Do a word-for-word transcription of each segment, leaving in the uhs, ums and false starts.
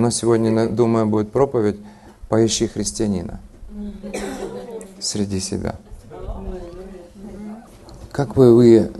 нас сегодня, думаю, будет проповедь «Поищи христианина» среди себя. Как бы вы,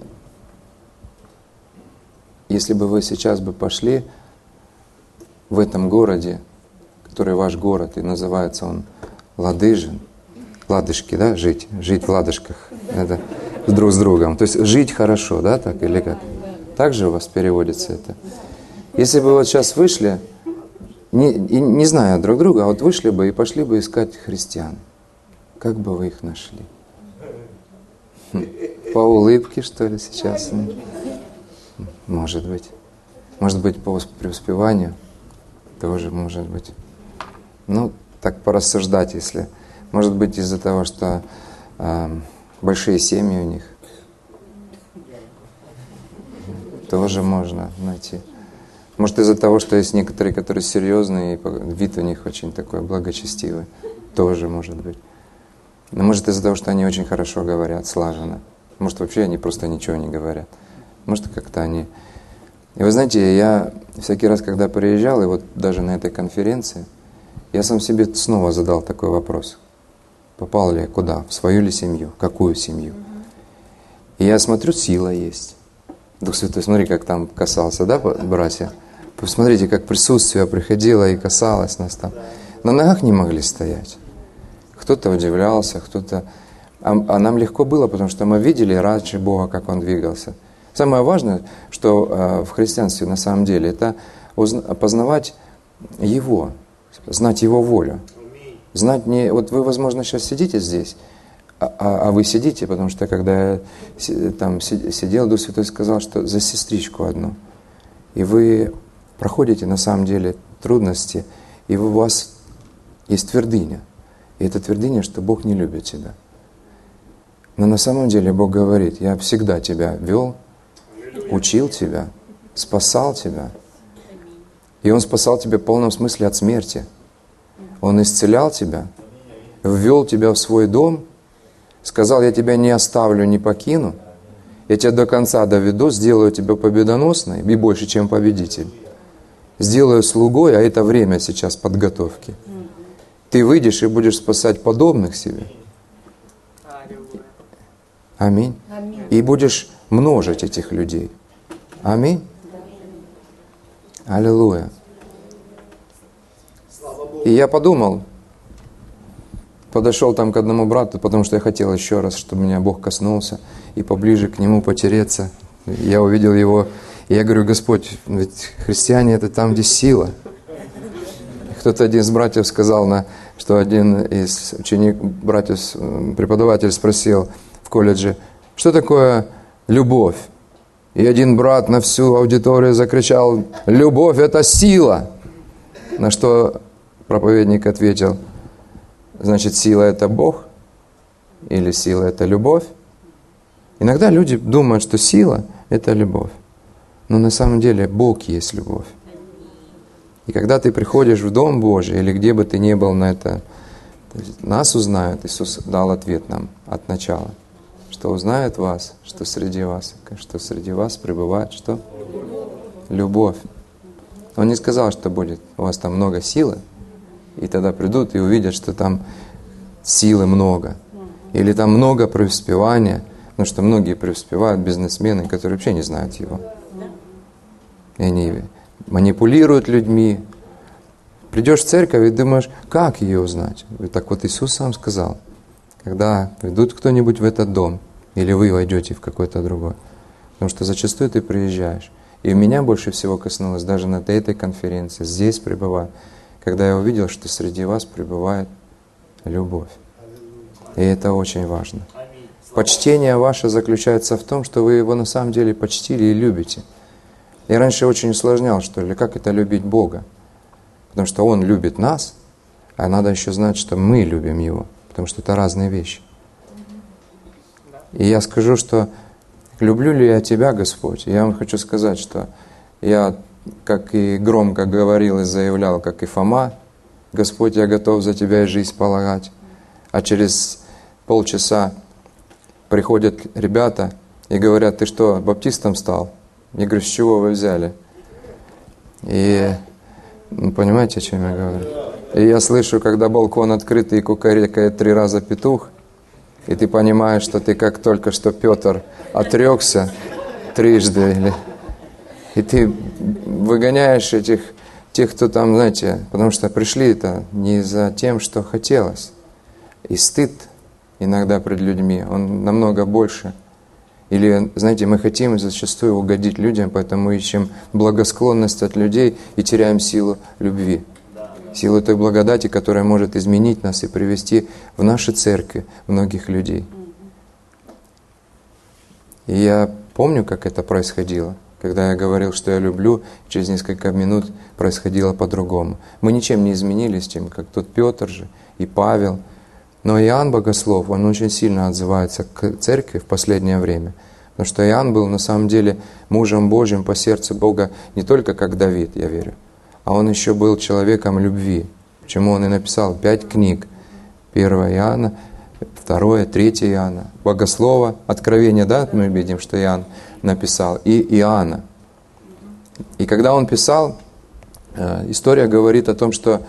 если бы вы сейчас бы пошли в этом городе, который ваш город, и называется он Ладыжин, ладышки, да, жить, жить в ладышках, это друг с другом, то есть жить хорошо, да, так или как? Так же у вас переводится это? Если бы вот сейчас вышли, не, не зная друг друга, а вот вышли бы и пошли бы искать христиан, как бы вы их нашли? По улыбке, что ли, сейчас? Может быть. Может быть, по преуспеванию тоже может быть. Ну, так порассуждать, если. Может быть, из-за того, что э, большие семьи у них. Тоже можно найти. Может, из-за того, что есть некоторые, которые серьезные, и вид у них очень такой благочестивый. Тоже может быть. Но может, из-за того, что они очень хорошо говорят, слаженно. Может, вообще они просто ничего не говорят. Может, как-то они... И вы знаете, я всякий раз, когда приезжал, и вот даже на этой конференции, я сам себе снова задал такой вопрос. Попал ли я куда? В свою ли семью? Какую семью? И я смотрю, сила есть. Дух Святой, смотри, как там касался, да, братья? Посмотрите, как присутствие приходило и касалось нас там. На ногах не могли стоять. Кто-то удивлялся, кто-то... А, а нам легко было, потому что мы видели раньше Бога, как Он двигался. Самое важное, что э, в христианстве на самом деле, это узна- познавать Его, знать Его волю. Знать не... Вот вы, возможно, сейчас сидите здесь, а, а, а вы сидите, потому что когда я там сидел, Дух Святой сказал, что за сестричку одну. И вы проходите на самом деле трудности, и у вас есть твердыня. И это твердыня, что Бог не любит тебя. Но на самом деле Бог говорит: я всегда тебя вел, учил тебя, спасал тебя. И Он спасал тебя в полном смысле от смерти. Он исцелял тебя, ввел тебя в свой дом, сказал: я тебя не оставлю, не покину, я тебя до конца доведу, сделаю тебя победоносной и больше, чем победитель. Сделаю слугой, а это время сейчас подготовки. Ты выйдешь и будешь спасать подобных себе. Аминь. Аминь. И будешь множить этих людей. Аминь. Аллилуйя. И я подумал, подошел там к одному брату, потому что я хотел еще раз, чтобы меня Бог коснулся, и поближе к нему потереться. Я увидел его, и я говорю: Господь, ведь христиане — это там, где сила. Кто-то один из братьев сказал, на, что один из учеников, братьев, преподаватель спросил в колледже: что такое любовь? И один брат на всю аудиторию закричал: любовь — это сила. На что проповедник ответил: значит, сила — это Бог? Или сила — это любовь? Иногда люди думают, что сила — это любовь. Но на самом деле Бог есть любовь. И когда ты приходишь в Дом Божий, или где бы ты ни был на это, нас узнают. Иисус дал ответ нам от начала. Что узнают вас, что среди вас, что среди вас пребывает что? Любовь. Он не сказал, что будет у вас там много силы, и тогда придут и увидят, что там силы много. Или там много преуспевания, потому что многие преуспевают, бизнесмены, которые вообще не знают Его. И они манипулируют людьми. Придешь в церковь и думаешь: как ее узнать? И так вот Иисус сам сказал: когда ведут кто-нибудь в этот дом, или вы войдете в какой-то другой. Потому что зачастую ты приезжаешь. И меня больше всего коснулось даже на этой конференции, здесь пребывая, когда я увидел, что среди вас пребывает любовь. И это очень важно. Почтение ваше заключается в том, что вы Его на самом деле почтили и любите. Я раньше очень усложнял, что ли, как это любить Бога. Потому что Он любит нас, а надо еще знать, что мы любим Его. Потому что это разные вещи. И я скажу, что люблю ли я Тебя, Господь? Я вам хочу сказать, что я, как и громко говорил и заявлял, как и Фома: Господь, я готов за Тебя и жизнь полагать. А через полчаса приходят ребята и говорят: ты что, баптистом стал? Я говорю: с чего вы взяли? И Ну, понимаете, о чем я говорю? И я слышу, когда балкон открытый и кукарекает три раза петух, и ты понимаешь, что ты как только что Петр отрекся трижды, или... и ты выгоняешь этих, тех, кто там, знаете, потому что пришли-то не за тем, что хотелось. И стыд иногда пред людьми, он намного больше. Или, знаете, мы хотим зачастую угодить людям, поэтому ищем благосклонность от людей и теряем силу любви. Силу той благодати, которая может изменить нас и привести в наши церкви многих людей. И я помню, как это происходило. Когда я говорил, что я люблю, через несколько минут происходило по-другому. Мы ничем не изменились, чем как тот Петр же и Павел. Но Иоанн Богослов, он очень сильно отзывается к церкви в последнее время. Потому что Иоанн был на самом деле мужем Божьим по сердцу Бога не только как Давид, я верю, а он еще был человеком любви. Почему он и написал пять книг. Первое Иоанна, второе, третье Иоанна. Богослова, Откровение, да, мы видим, что Иоанн написал, и Иоанна. И когда он писал, история говорит о том, что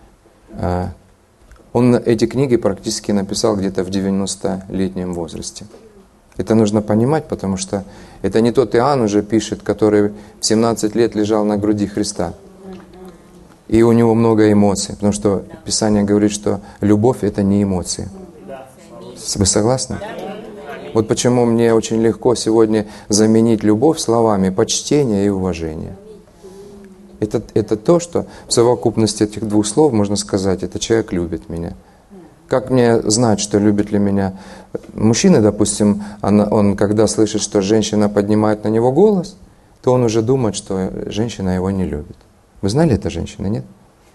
он эти книги практически написал где-то в девяностолетнем возрасте. Это нужно понимать, потому что это не тот Иоанн уже пишет, который в семнадцать лет лежал на груди Христа. И у него много эмоций, потому что Писание говорит, что любовь — это не эмоции. Вы согласны? Вот почему мне очень легко сегодня заменить любовь словами почтение и уважение. Это, это то, что в совокупности этих двух слов, можно сказать, это человек любит меня. Как мне знать, что любит ли меня? Мужчина, допустим, он, он когда слышит, что женщина поднимает на него голос, то он уже думает, что женщина его не любит. Вы знали это, женщина, нет?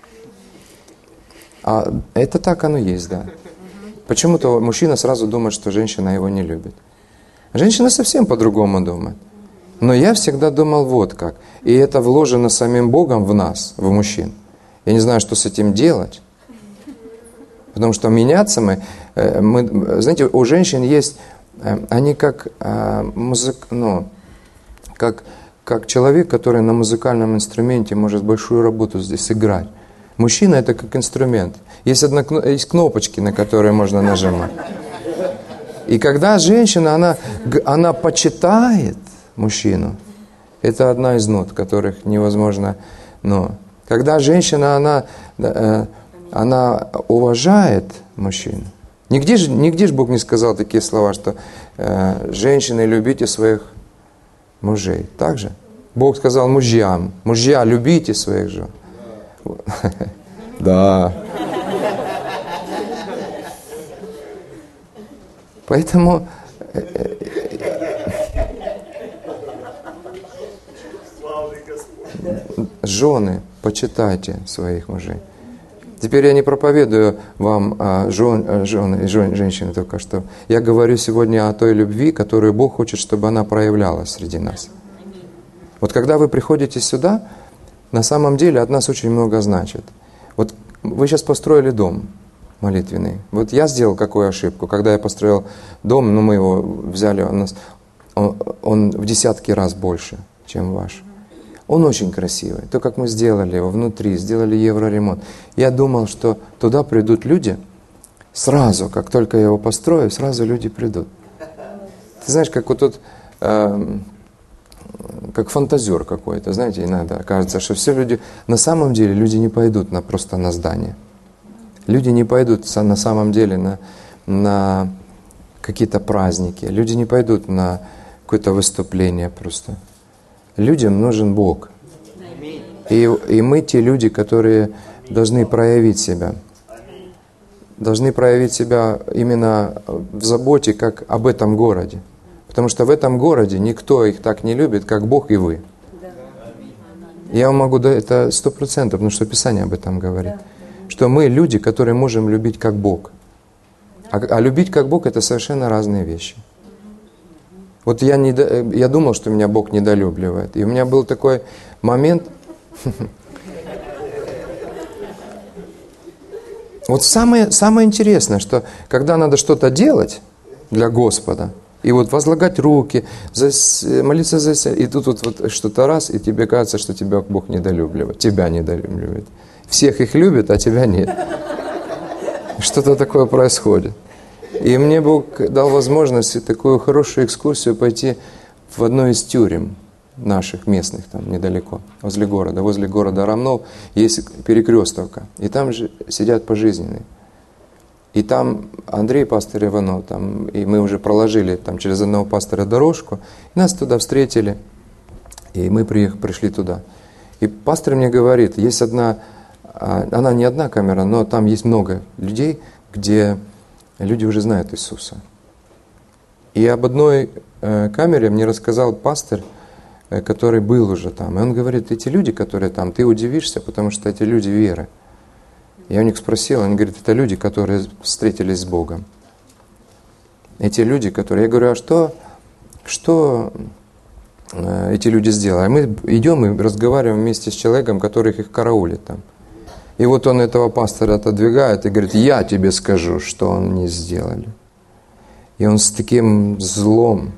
А это так оно есть, да. Почему-то мужчина сразу думает, что женщина его не любит. Женщина совсем по-другому думает. Но я всегда думал вот как. И это вложено самим Богом в нас, в мужчин. Я не знаю, что с этим делать. Потому что меняться мы, мы знаете, у женщин есть, они как музык, ну, как, как человек, который на музыкальном инструменте может большую работу здесь сыграть. Мужчина — это как инструмент. Есть, одна, есть кнопочки, на которые можно нажимать. И когда женщина, она, она почитает мужчину, это одна из нот, которых невозможно... Но когда женщина, она, она уважает мужчину, нигде же, нигде же Бог не сказал такие слова, что женщины, любите своих мужей. Так же? Бог сказал мужьям, мужья, любите своих жен. Да. Поэтому жены, почитайте своих мужей. Теперь я не проповедую вам о жен, жен, жен, женщины только что. Я говорю сегодня о той любви, которую Бог хочет, чтобы она проявлялась среди нас. Вот когда вы приходите сюда, на самом деле от нас очень много значит. Вот вы сейчас построили дом молитвенный. Вот я сделал какую ошибку. Когда я построил дом, ну мы его взяли, у нас, он, он в десятки раз больше, чем ваш. Он очень красивый. То, как мы сделали его внутри, сделали евроремонт. Я думал, что туда придут люди сразу, как только я его построю, сразу люди придут. Ты знаешь, как вот тут... Э, как фантазер какой-то, знаете, иногда кажется, что все люди, на самом деле люди не пойдут на, просто на здание. Люди не пойдут на самом деле на, на какие-то праздники, люди не пойдут на какое-то выступление просто. Людям нужен Бог. И, и мы те люди, которые должны проявить себя. Должны проявить себя именно в заботе, как об этом городе. Потому что в этом городе никто их так не любит, как Бог и вы. Я вам могу дать это сто процентов, потому что Писание об этом говорит. Что мы люди, которые можем любить как Бог. А, а любить как Бог — это совершенно разные вещи. Вот я, не, я думал, что меня Бог недолюбливает. И у меня был такой момент... Вот самое, самое интересное, что когда надо что-то делать для Господа, И вот возлагать руки, молиться за себя, и тут вот, вот что-то раз, и тебе кажется, что тебя Бог недолюбливает, тебя недолюбливает. Всех их любит, а тебя нет. Что-то такое происходит. И мне Бог дал возможность такую хорошую экскурсию пойти в одну из тюрем наших местных, там недалеко, возле города. Возле города Ромнов есть перекрестовка, и там же сидят пожизненные. И там Андрей, пастор Иванов, там, и мы уже проложили там через одного пастора дорожку, и нас туда встретили, и мы приехали, пришли туда. И пастор мне говорит, есть одна, она не одна камера, но там есть много людей, где люди уже знают Иисуса. И об одной э, камере мне рассказал пастор, э, который был уже там. И он говорит, эти люди, которые там, ты удивишься, потому что эти люди веры. Я у них спросил, он говорит, это люди, которые встретились с Богом. Эти люди, которые... Я говорю, а что, что э, эти люди сделали? Мы идем и разговариваем вместе с человеком, который их караулит там. И вот он этого пастора отодвигает и говорит, я тебе скажу, что они сделали. И он с таким злом.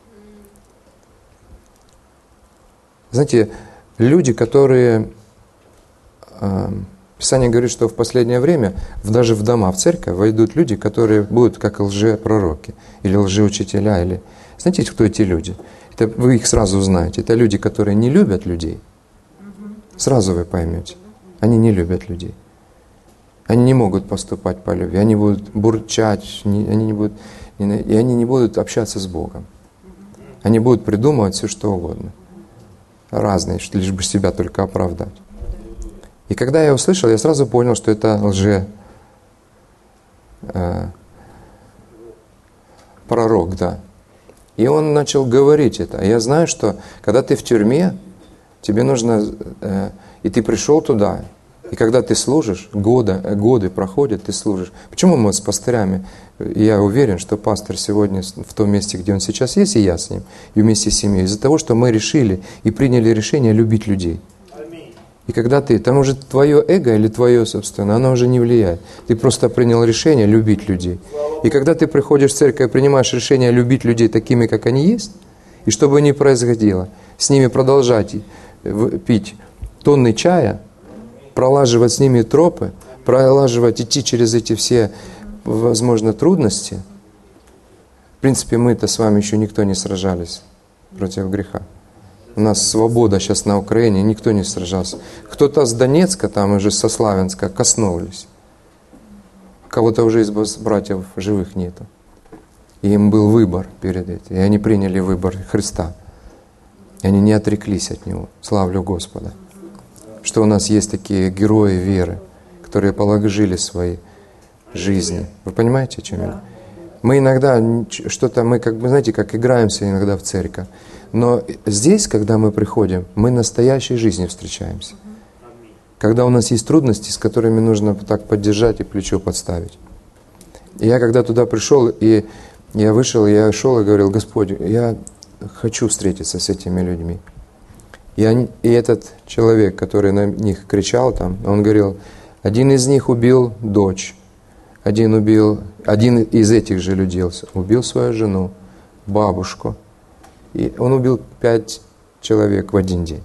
Знаете, люди, которые... Э, Писание говорит, что в последнее время даже в дома, в церковь войдут люди, которые будут как лжепророки или лжеучителя. Или... Знаете, кто эти люди? Это, вы их сразу узнаете. Это люди, которые не любят людей. Сразу вы поймете. Они не любят людей. Они не могут поступать по любви. Они будут бурчать, не, они не будут, не, и они не будут общаться с Богом. Они будут придумывать все, что угодно. Разные, лишь бы себя только оправдать. И когда я услышал, я сразу понял, что это лже э, пророк, да. И он начал говорить это. А я знаю, что когда ты в тюрьме, тебе нужно, э, и ты пришел туда, и когда ты служишь, года, годы проходят, ты служишь. Почему мы с пастырями, я уверен, что пастор сегодня в том месте, где он сейчас есть, и я с ним, и вместе с семьей, из-за того, что мы решили и приняли решение любить людей. И когда ты, там уже твое эго или твое, собственно, оно уже не влияет. Ты просто принял решение любить людей. И когда ты приходишь в церковь и принимаешь решение любить людей такими, как они есть, и что бы ни происходило, с ними продолжать пить тонны чая, пролаживать с ними тропы, пролаживать, идти через эти все, возможно, трудности. В принципе, мы-то с вами еще никто не сражались против греха. У нас свобода сейчас на Украине, никто не сражался. Кто-то с Донецка, там уже со Славянска коснулись. Кого-то уже из братьев живых нету. И им был выбор перед этим. И они приняли выбор Христа. И они не отреклись от Него. Славлю Господа. Что у нас есть такие герои веры, которые положили свои жизни. Вы понимаете, о чем я? Мы иногда что-то, мы как бы, знаете, как играемся иногда в церковь. Но здесь, когда мы приходим, мы настоящей жизнью встречаемся. Когда у нас есть трудности, с которыми нужно так поддержать и плечо подставить. И я когда туда пришел, и я вышел, я шел и говорил, Господь, я хочу встретиться с этими людьми. И, они, и этот человек, который на них кричал там, он говорил, один из них убил дочь, один убил, один из этих же людей убил свою жену, бабушку. И он убил пять человек в один день.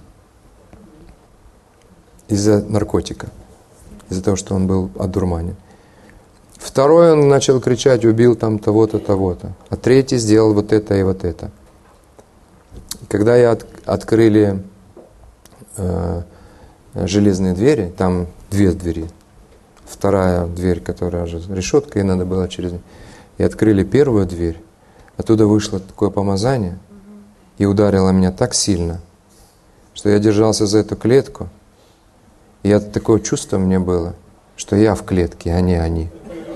Из-за наркотика. Из-за того, что он был одурманен. Второй он начал кричать, убил там того-то, того-то. А третий сделал вот это и вот это. Когда я от, открыли э, железные двери, там две двери. Вторая дверь, которая же решетка, и надо было через... И открыли первую дверь. Оттуда вышло такое помазание. И ударило меня так сильно, что я держался за эту клетку. И это такое чувство мне было, что я в клетке, а не они.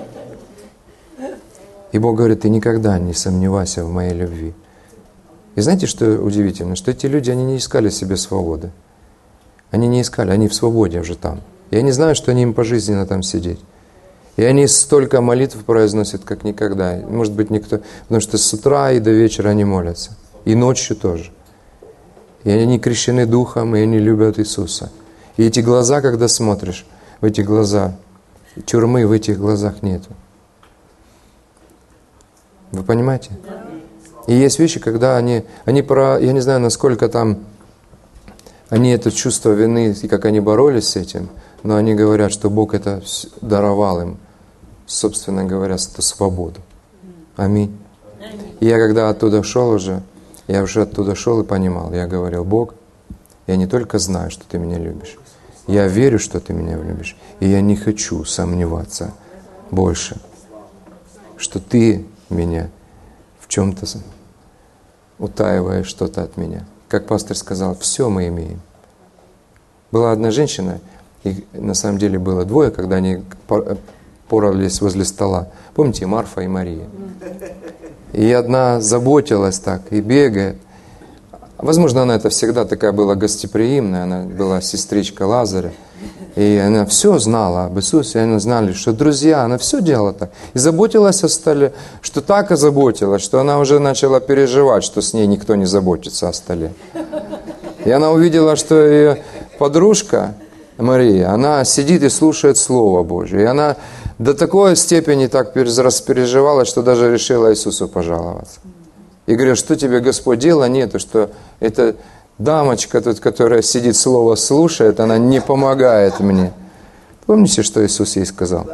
И Бог говорит, ты никогда не сомневайся в моей любви. И знаете, что удивительно? Что эти люди, они не искали себе свободы. Они не искали, они в свободе уже там. Я не знаю, что они им пожизненно там сидеть. И они столько молитв произносят, как никогда. Может быть, никто... Потому что с утра и до вечера они молятся. И ночью тоже. И они крещены Духом, и они любят Иисуса. И эти глаза, когда смотришь, в эти глаза, тюрьмы в этих глазах нету. Вы понимаете? И есть вещи, когда они, они про, я не знаю, насколько там, они это чувство вины, и как они боролись с этим, но они говорят, что Бог это даровал им, собственно говоря, эту свободу. Аминь. И я когда оттуда шел уже, я уже оттуда шел и понимал, я говорил: Бог, я не только знаю, что Ты меня любишь, я верю, что Ты меня любишь, и я не хочу сомневаться больше, что Ты меня в чем-то утаиваешь что-то от меня. Как пастор сказал, все мы имеем. Была одна женщина, их на самом деле было двое, когда они порались возле стола. Помните, Марфа и Мария? И одна заботилась так, и бегает. Возможно, она это всегда такая была гостеприимная, она была сестричка Лазаря. И она все знала об Иисусе, и они знали, что друзья, она все делала так. И заботилась о столе, что так озаботилась, что она уже начала переживать, что с ней никто не заботится о столе. И она увидела, что ее подружка Мария, она сидит и слушает Слово Божие. И она до такой степени так распереживалась, что даже решила Иисусу пожаловаться. И говорит: что тебе, Господь, дела нету, что эта дамочка тут, которая сидит, Слово слушает, она не помогает мне. Помните, что Иисус ей сказал?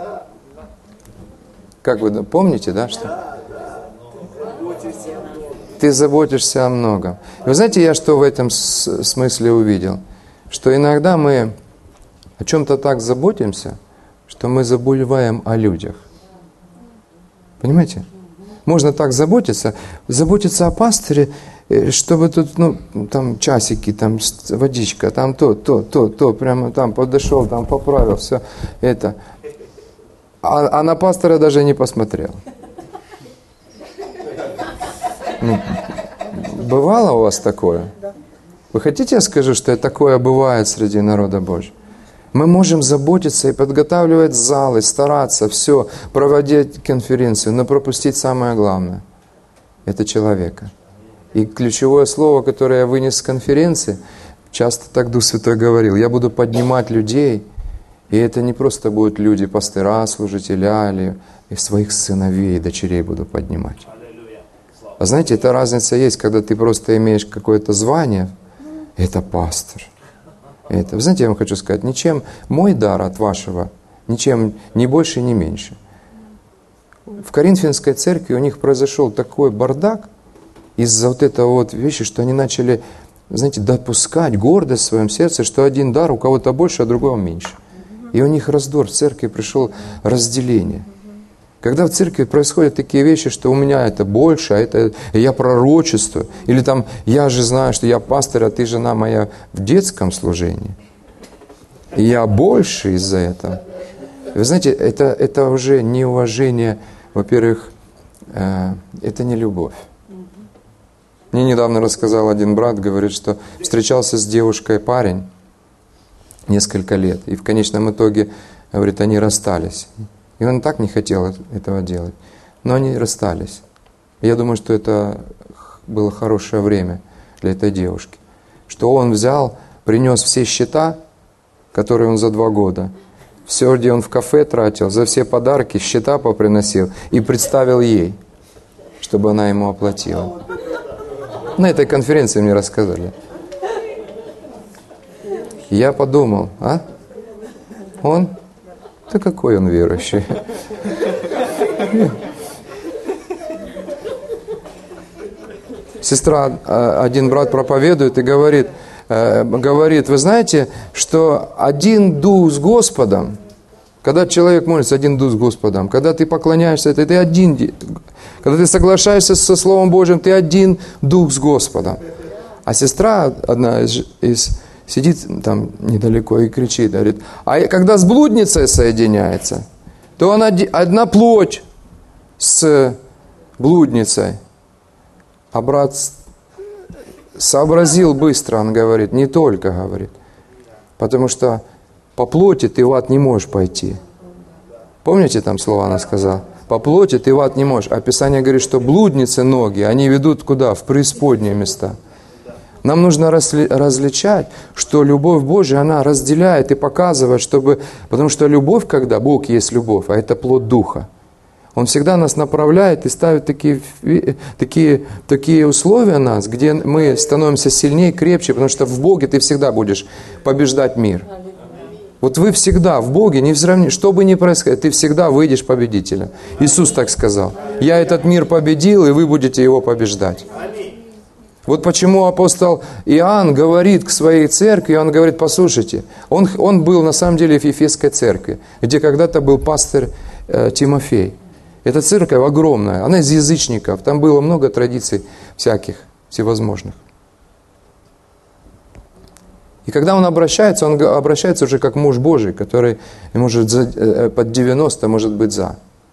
Как вы помните, да? Что? Ты заботишься о многом. Вы знаете, я что в этом смысле увидел? Что иногда мы о чем-то так заботимся, что мы забываем о людях. Понимаете? Можно так заботиться, заботиться о пасторе, чтобы тут, ну, там часики, там водичка, там то, то, то, то, прямо там подошел, там поправил, все это. А, а на пастора даже не посмотрел. Ну, бывало у вас такое? Вы хотите, я скажу, что такое бывает среди народа Божьего? Мы можем заботиться и подготавливать залы, стараться, все, проводить конференцию, но пропустить самое главное – это человека. И ключевое слово, которое я вынес с конференции, часто так Дух Святой говорил: я буду поднимать людей, и это не просто будут люди, пастыра, служителя, или и своих сыновей и дочерей буду поднимать. А знаете, эта разница есть, когда ты просто имеешь какое-то звание, это пастор. Это. Вы знаете, я вам хочу сказать, ничем мой дар от вашего, ничем ни больше, ни меньше. В Коринфянской церкви у них произошел такой бардак из-за вот этого вот вещи, что они начали, знаете, допускать гордость в своем сердце, что один дар у кого-то больше, а другого меньше. И у них раздор, в церкви пришло разделение. Когда в церкви происходят такие вещи, что у меня это больше, а это я пророчествую, или там я же знаю, что я пастор, а ты жена моя в детском служении, и я больше из-за этого. Вы знаете, это, это уже неуважение, во-первых, э, это не любовь. Мне недавно рассказал один брат, говорит, что встречался с девушкой парень несколько лет, и в конечном итоге, говорит, они расстались. И он так не хотел этого делать. Но они расстались. Я думаю, что это было хорошее время для этой девушки. Что он взял, принес все счета, которые он за два года, все, где он в кафе тратил, за все подарки, счета поприносил и представил ей, чтобы она ему оплатила. На этой конференции мне рассказали. Я подумал, а? Он? Да какой он верующий. Сестра, один брат проповедует и говорит, говорит, вы знаете, что один дух с Господом, когда человек молится, один дух с Господом, когда ты поклоняешься, это ты один, когда ты соглашаешься со Словом Божьим, ты один дух с Господом. А сестра одна из, из сидит там недалеко и кричит, говорит, а когда с блудницей соединяется, то она одна плоть с блудницей. А брат сообразил быстро, он говорит, не только, говорит, потому что по плоти ты в ад не можешь пойти. Помните там слова она сказала? По плоти ты в ад не можешь. А Писание говорит, что блудницы ноги, они ведут куда? В преисподние места. Нам нужно различать, что любовь Божия, она разделяет и показывает, чтобы... Потому что любовь, когда Бог есть любовь, а это плод Духа, Он всегда нас направляет и ставит такие, такие, такие условия нас, где мы становимся сильнее, крепче, потому что в Боге ты всегда будешь побеждать мир. Вот вы всегда в Боге, не в сравнении, что бы ни происходило, ты всегда выйдешь победителем. Иисус так сказал. Я этот мир победил, и вы будете его побеждать. Вот почему апостол Иоанн говорит к своей церкви, он говорит, послушайте, он, он был на самом деле в Ефесской церкви, где когда-то был пастырь э, Тимофей. Эта церковь огромная, она из язычников, там было много традиций всяких, всевозможных. И когда он обращается, он обращается уже как муж Божий, который может за, под девяносто, может быть, за.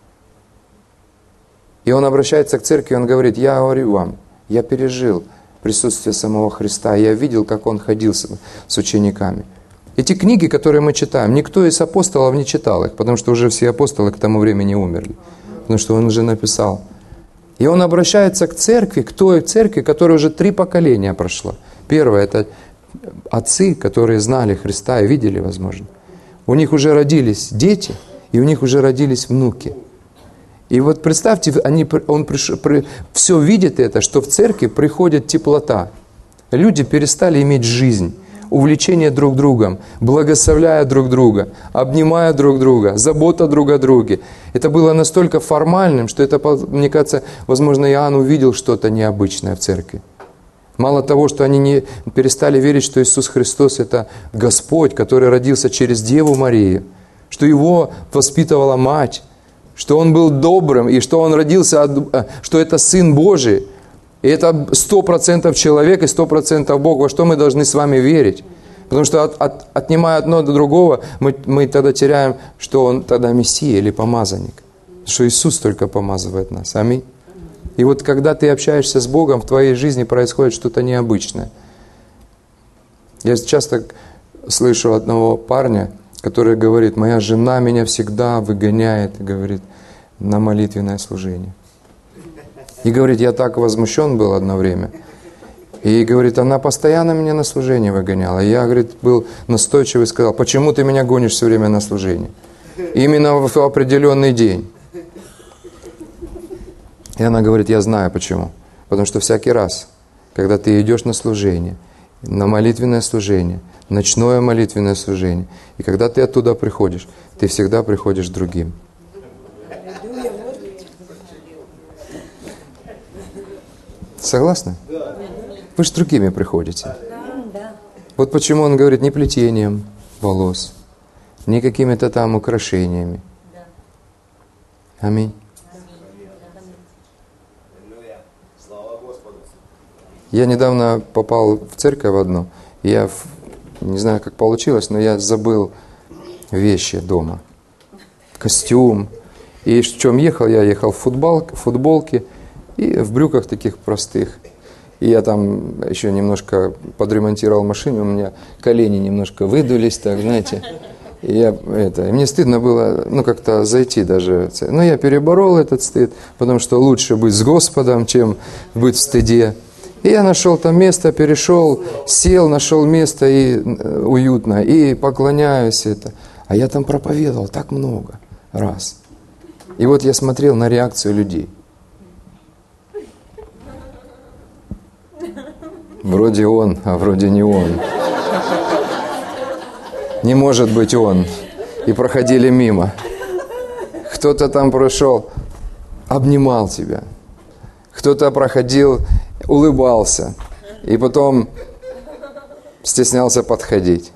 И он обращается к церкви, он говорит, я говорю вам, я пережил присутствие самого Христа, я видел, как он ходил с, с учениками. Эти книги, которые мы читаем, никто из апостолов не читал их, потому что уже все апостолы к тому времени умерли, потому что он уже написал. И он обращается к церкви, к той церкви, которая уже три поколения прошла. Первое – это отцы, которые знали Христа и видели, возможно. У них уже родились дети, и у них уже родились внуки. И вот представьте, они, он приш, при, все видит это, что в церкви приходит теплота. Люди перестали иметь жизнь, увлечение друг другом, благословляя друг друга, обнимая друг друга, забота друг о друге. Это было настолько формальным, что это, мне кажется, возможно, Иоанн увидел что-то необычное в церкви. Мало того, что они не перестали верить, что Иисус Христос – это Господь, который родился через Деву Марию, что Его воспитывала мать, что Он был добрым, и что Он родился, от, что это Сын Божий, и это сто процентов человек и сто процентов Бог. Во что мы должны с вами верить? Потому что от, от, отнимая одно до другого, мы, мы тогда теряем, что Он тогда Мессия или помазанник, что Иисус только помазывает нас. Аминь. И вот когда ты общаешься с Богом, в твоей жизни происходит что-то необычное. Я часто слышу одного парня, который говорит, моя жена меня всегда выгоняет, говорит, на молитвенное служение. И говорит, я так возмущен был одно время. И говорит, она постоянно меня на служение выгоняла. И я, говорит, был настойчивый и сказал, почему ты меня гонишь все время на служение? Именно в определенный день. И она говорит, я знаю почему. Потому что всякий раз, когда ты идешь на служение, на молитвенное служение, ночное молитвенное служение, и когда ты оттуда приходишь, ты всегда приходишь другим. Согласны? Вы же другими приходите. Вот почему он говорит, не плетением волос, не какими-то там украшениями. Аминь. Я недавно попал в церковь одну, и я не знаю, как получилось, но я забыл вещи дома. Костюм. И в чем ехал? Я ехал в футбол, футболке и в брюках таких простых. И я там еще немножко подремонтировал машину, у меня колени немножко выдулись, так, знаете. И я, это, и мне стыдно было, ну, как-то зайти даже. Но я переборол этот стыд, потому что лучше быть с Господом, чем быть в стыде. И я нашел там место, перешел, сел, нашел место и уютно, и поклоняюсь это. А я там проповедовал так много раз. И вот я смотрел на реакцию людей. Вроде он, а вроде не он. Не может быть он. И проходили мимо. Кто-то там прошел, обнимал тебя. Кто-то проходил, улыбался. И потом стеснялся подходить.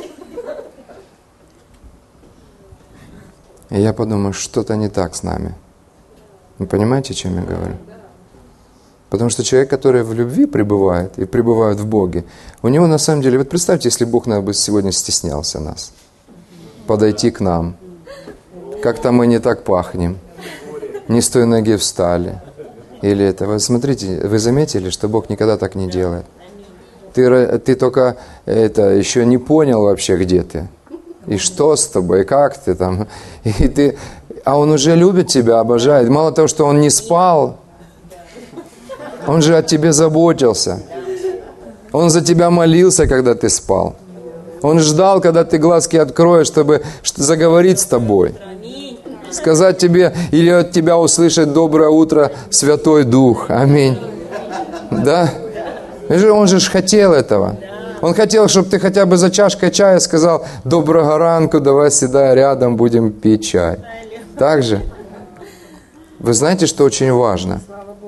И я подумал, что-то не так с нами. Вы понимаете, о чем я говорю? Потому что человек, который в любви пребывает и пребывает в Боге, у него на самом деле, вот представьте, если Бог нас бы сегодня стеснялся нас, подойти к нам, как-то мы не так пахнем, не с той ноги встали. Или это, вы смотрите, вы заметили, что Бог никогда так не делает. Ты, ты только это еще не понял вообще, где ты. И что с тобой, и как ты там. И ты, а Он уже любит тебя, обожает. Мало того, что Он не спал, Он же о тебе заботился. Он за тебя молился, когда ты спал. Он ждал, когда ты глазки откроешь, чтобы заговорить с тобой. Сказать тебе, или от тебя услышать доброе утро Святой Дух. Аминь. Да? Он же ж хотел этого. Он хотел, чтобы ты хотя бы за чашкой чая сказал: доброго ранку, давай сюда рядом, будем пить чай. Так же? Вы знаете, что очень важно?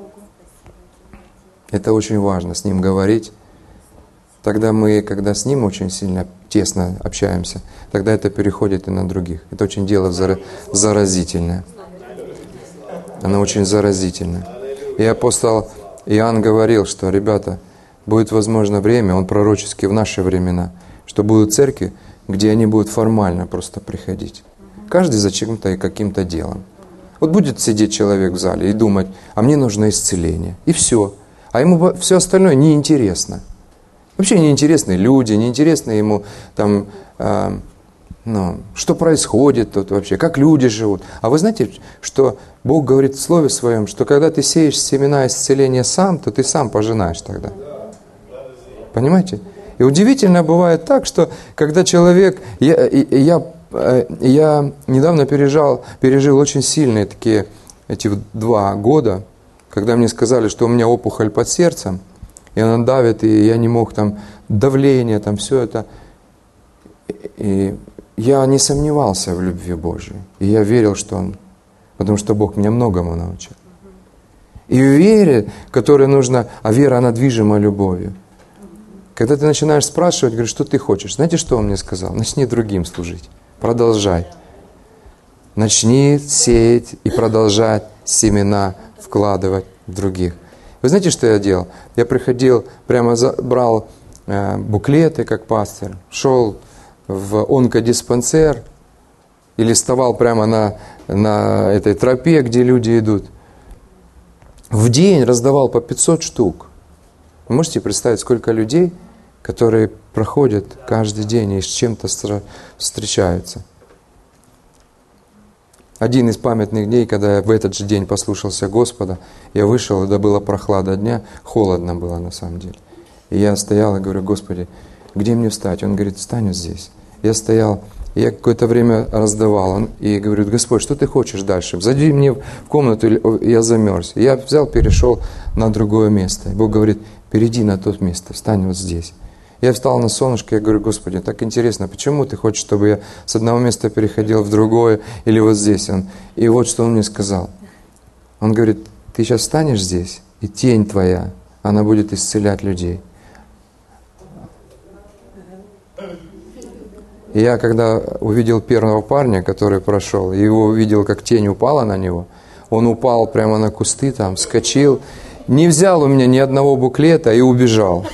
Это очень важно, с Ним говорить. Тогда мы, когда с Ним очень сильно, тесно общаемся, тогда это переходит и на других. Это очень дело заразительное. Оно очень заразительное. И апостол Иоанн говорил, что, ребята, будет, возможно, время, он пророчески в наши времена, что будут церкви, где они будут формально просто приходить. Каждый за чем-то и каким-то делом. Вот будет сидеть человек в зале и думать: а мне нужно исцеление. И все. А ему все остальное неинтересно. Вообще неинтересны люди, неинтересно ему там, э, ну, что происходит тут вообще, как люди живут. А вы знаете, что Бог говорит в Слове Своем, что когда ты сеешь семена исцеления сам, то ты сам пожинаешь тогда. Понимаете? И удивительно бывает так, что когда человек... Я, я, я недавно пережил, пережил очень сильные такие эти два года, когда мне сказали, что у меня опухоль под сердцем, и она давит, и я не мог там, давление, там все это. И я не сомневался в любви Божьей. И я верил, что Он, потому что Бог меня многому научил. И в вере, которой нужно, а вера, она движима любовью. Когда ты начинаешь спрашивать, говоришь, что ты хочешь? Знаете, что Он мне сказал? Начни другим служить. Продолжай. Начни сеять и продолжать семена вкладывать в других. Вы знаете, что я делал? Я приходил, прямо за, брал э, буклеты, как пастор, шел в онкодиспансер и листовал прямо на, на этой тропе, где люди идут. В день раздавал по пятьсот штук. Вы можете представить, сколько людей, которые проходят каждый день и с чем-то встречаются? Один из памятных дней, когда я в этот же день послушался Господа, я вышел, это была прохлада дня, холодно было на самом деле. И я стоял и говорю: Господи, где мне встать? Он говорит: встань вот здесь. Я стоял, и я какое-то время раздавал, он, и говорю: Господь, что ты хочешь дальше? Зайди мне в комнату, я замерз. И я взял, перешел на другое место. И Бог говорит: перейди на то место, встань вот здесь. Я встал на солнышко, я говорю: Господи, так интересно, почему ты хочешь, чтобы я с одного места переходил в другое, или вот здесь? Он, и вот что он мне сказал. Он говорит: ты сейчас встанешь здесь, и тень твоя, она будет исцелять людей. И я, когда увидел первого парня, который прошел, и его увидел, как тень упала на него, он упал прямо на кусты там, вскочил, не взял у меня ни одного буклета и убежал.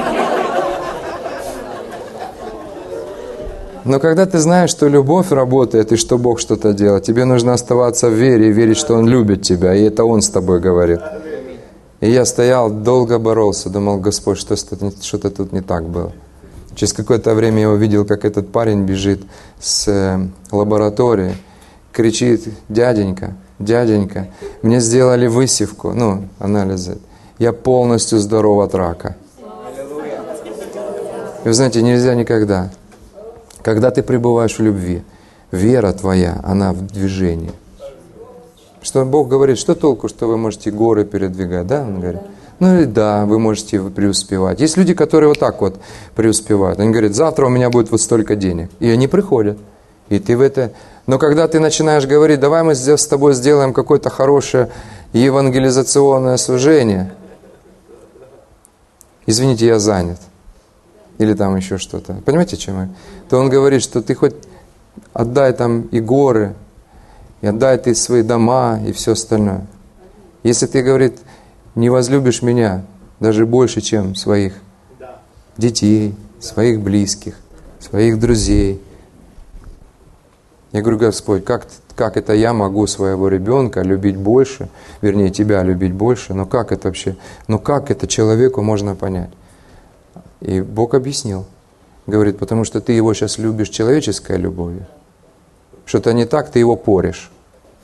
Но когда ты знаешь, что любовь работает и что Бог что-то делает, тебе нужно оставаться в вере и верить, что Он любит тебя, и это Он с тобой говорит. И я стоял, долго боролся, думал: Господь, что что-то тут не так было. Через какое-то время я увидел, как этот парень бежит с лаборатории, кричит: дяденька, дяденька, мне сделали высевку, ну, анализы. Я полностью здоров от рака. И вы знаете, нельзя никогда. Когда ты пребываешь в любви, вера твоя, она в движении. Что Бог говорит: что толку, что вы можете горы передвигать, да? Он говорит: ну и да, вы можете преуспевать. Есть люди, которые вот так вот преуспевают. Они говорят: завтра у меня будет вот столько денег. И они приходят. И ты в это... Но когда ты начинаешь говорить: давай мы с тобой сделаем какое-то хорошее евангелизационное служение. Извините, я занят. Или там еще что-то. Понимаете, чем я? То он говорит, что ты хоть отдай там и горы, и отдай ты свои дома, и все остальное. Если ты, говорит, не возлюбишь меня даже больше, чем своих детей, своих близких, своих друзей. Я говорю: Господь, как, как это я могу своего ребенка любить больше, вернее, тебя любить больше, но как это вообще, ну как это человеку можно понять? И Бог объяснил. Говорит: потому что ты его сейчас любишь человеческой любовью. Что-то не так, ты его порешь.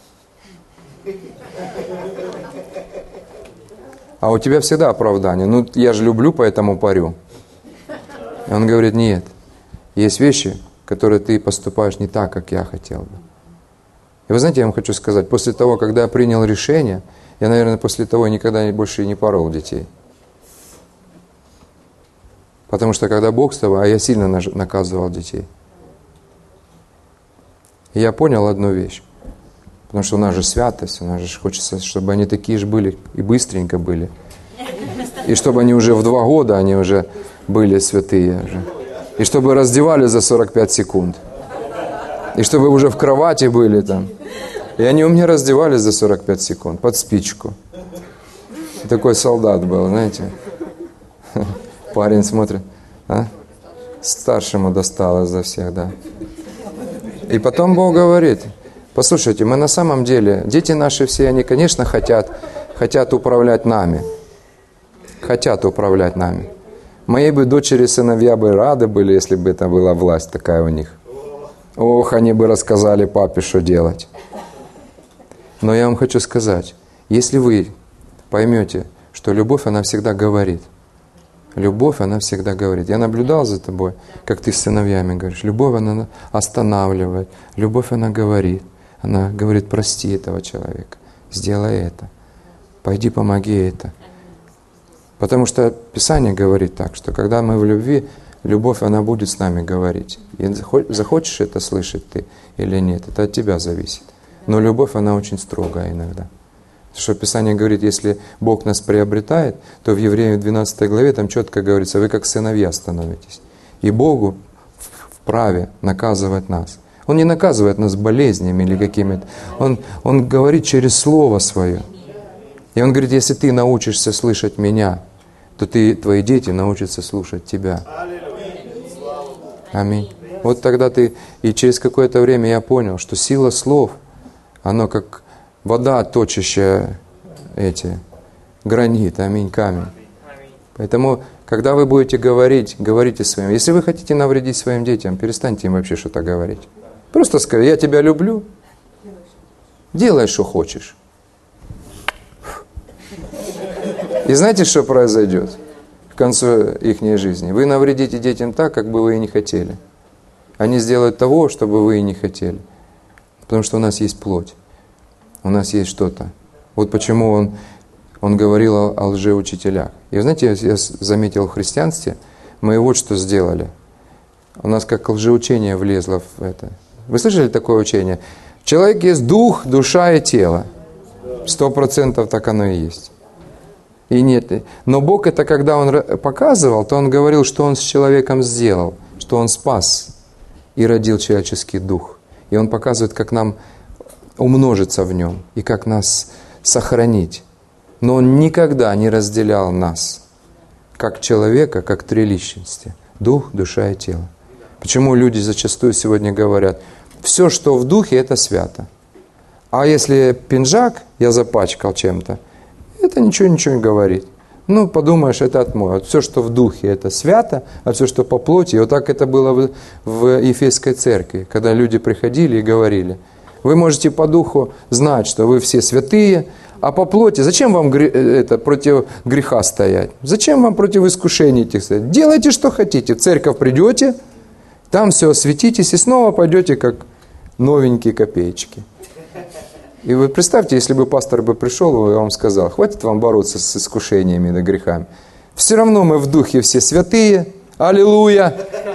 А у тебя всегда оправдание. Ну, я же люблю, поэтому порю. И он говорит: нет. Есть вещи, которые ты поступаешь не так, как я хотел бы. И вы знаете, я вам хочу сказать, после того, когда я принял решение, я, наверное, после того никогда больше и не порол детей. Потому что когда Бог с тобой, а я сильно наказывал детей. И я понял одну вещь. Потому что у нас же святость, у нас же хочется, чтобы они такие же были и быстренько были. И чтобы они уже в два года, они уже были святые. Уже. И чтобы раздевали за сорок пять секунд. И чтобы уже в кровати были там. И они у меня раздевались за сорок пять секунд, под спичку. И такой солдат был, знаете. Парень смотрит, а? Старшему досталось за всех, да. И потом Бог говорит, послушайте, мы на самом деле, дети наши все, они, конечно, хотят, хотят управлять нами. Хотят управлять нами. Мои бы дочери, сыновья бы рады были, если бы это была власть такая у них. Ох, они бы рассказали папе, что делать. Но я вам хочу сказать, если вы поймете, что любовь, она всегда говорит. Любовь, она всегда говорит. Я наблюдал за тобой, как ты с сыновьями говоришь. Любовь, она останавливает. Любовь, она говорит. Она говорит, прости этого человека. Сделай это. Пойди, помоги это. Потому что Писание говорит так, что когда мы в любви, любовь, она будет с нами говорить. И захочешь это слышать ты или нет, это от тебя зависит. Но любовь, она очень строгая иногда. Что Писание говорит, если Бог нас приобретает, то в Евреям двенадцатой главе там четко говорится, вы как сыновья становитесь. И Богу вправе наказывать нас. Он не наказывает нас болезнями или какими-то. Он, он говорит через Слово Свое. И Он говорит, если ты научишься слышать Меня, то ты, твои дети научатся слушать Тебя. Аминь. Вот тогда ты... И через какое-то время я понял, что сила слов, оно как... Вода, точащая эти, гранит, аминь, камень. Поэтому, когда вы будете говорить, говорите своим. Если вы хотите навредить своим детям, перестаньте им вообще что-то говорить. Просто скажите, я тебя люблю, делай, что хочешь. И знаете, что произойдет к концу их жизни? Вы навредите детям так, как бы вы и не хотели. Они сделают того, что бы вы и не хотели. Потому что у нас есть плоть. У нас есть что-то. Вот почему он, он говорил о, о лжеучителях. И вы знаете, я заметил в христианстве, мы вот что сделали. У нас как лжеучение влезло в это. Вы слышали такое учение? Человек есть дух, душа и тело. Сто процентов так оно и есть. И нет. Но Бог это, когда Он показывал, то Он говорил, что Он с человеком сделал, что Он спас и родил человеческий дух. И Он показывает, как нам умножиться в нем и как нас сохранить. Но Он никогда не разделял нас, как человека, как три личности. Дух, душа и тело. Почему люди зачастую сегодня говорят, все, что в духе, это свято. А если пинжак я запачкал чем-то, это ничего-ничего не говорит. Ну, подумаешь, это отмой. Вот все, что в духе, это свято, а все, что по плоти. И вот так это было в, в Ефесской церкви, когда люди приходили и говорили, вы можете по духу знать, что вы все святые, а по плоти, зачем вам это, против греха стоять? Зачем вам против искушений этих стоять? Делайте, что хотите. В церковь придете, там все осветитесь и снова пойдете, как новенькие копеечки. И вы представьте, если бы пастор бы пришел и вам сказал, хватит вам бороться с искушениями и грехами. Все равно мы в духе все святые. Аллилуйя!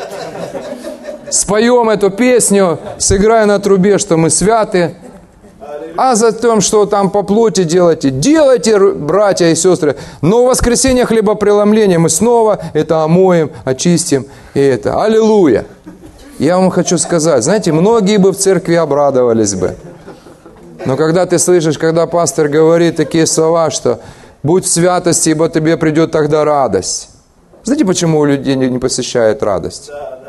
Споем эту песню, сыграя на трубе, что мы святы. А за тем, что там по плоти делайте, делайте, братья и сестры. Но в воскресенье хлебопреломления мы снова это омоем, очистим. И это. Аллилуйя! Я вам хочу сказать, знаете, многие бы в церкви обрадовались бы. Но когда ты слышишь, когда пастор говорит такие слова, что «будь в святости, ибо тебе придет тогда радость». Знаете, почему у людей не посещает радость?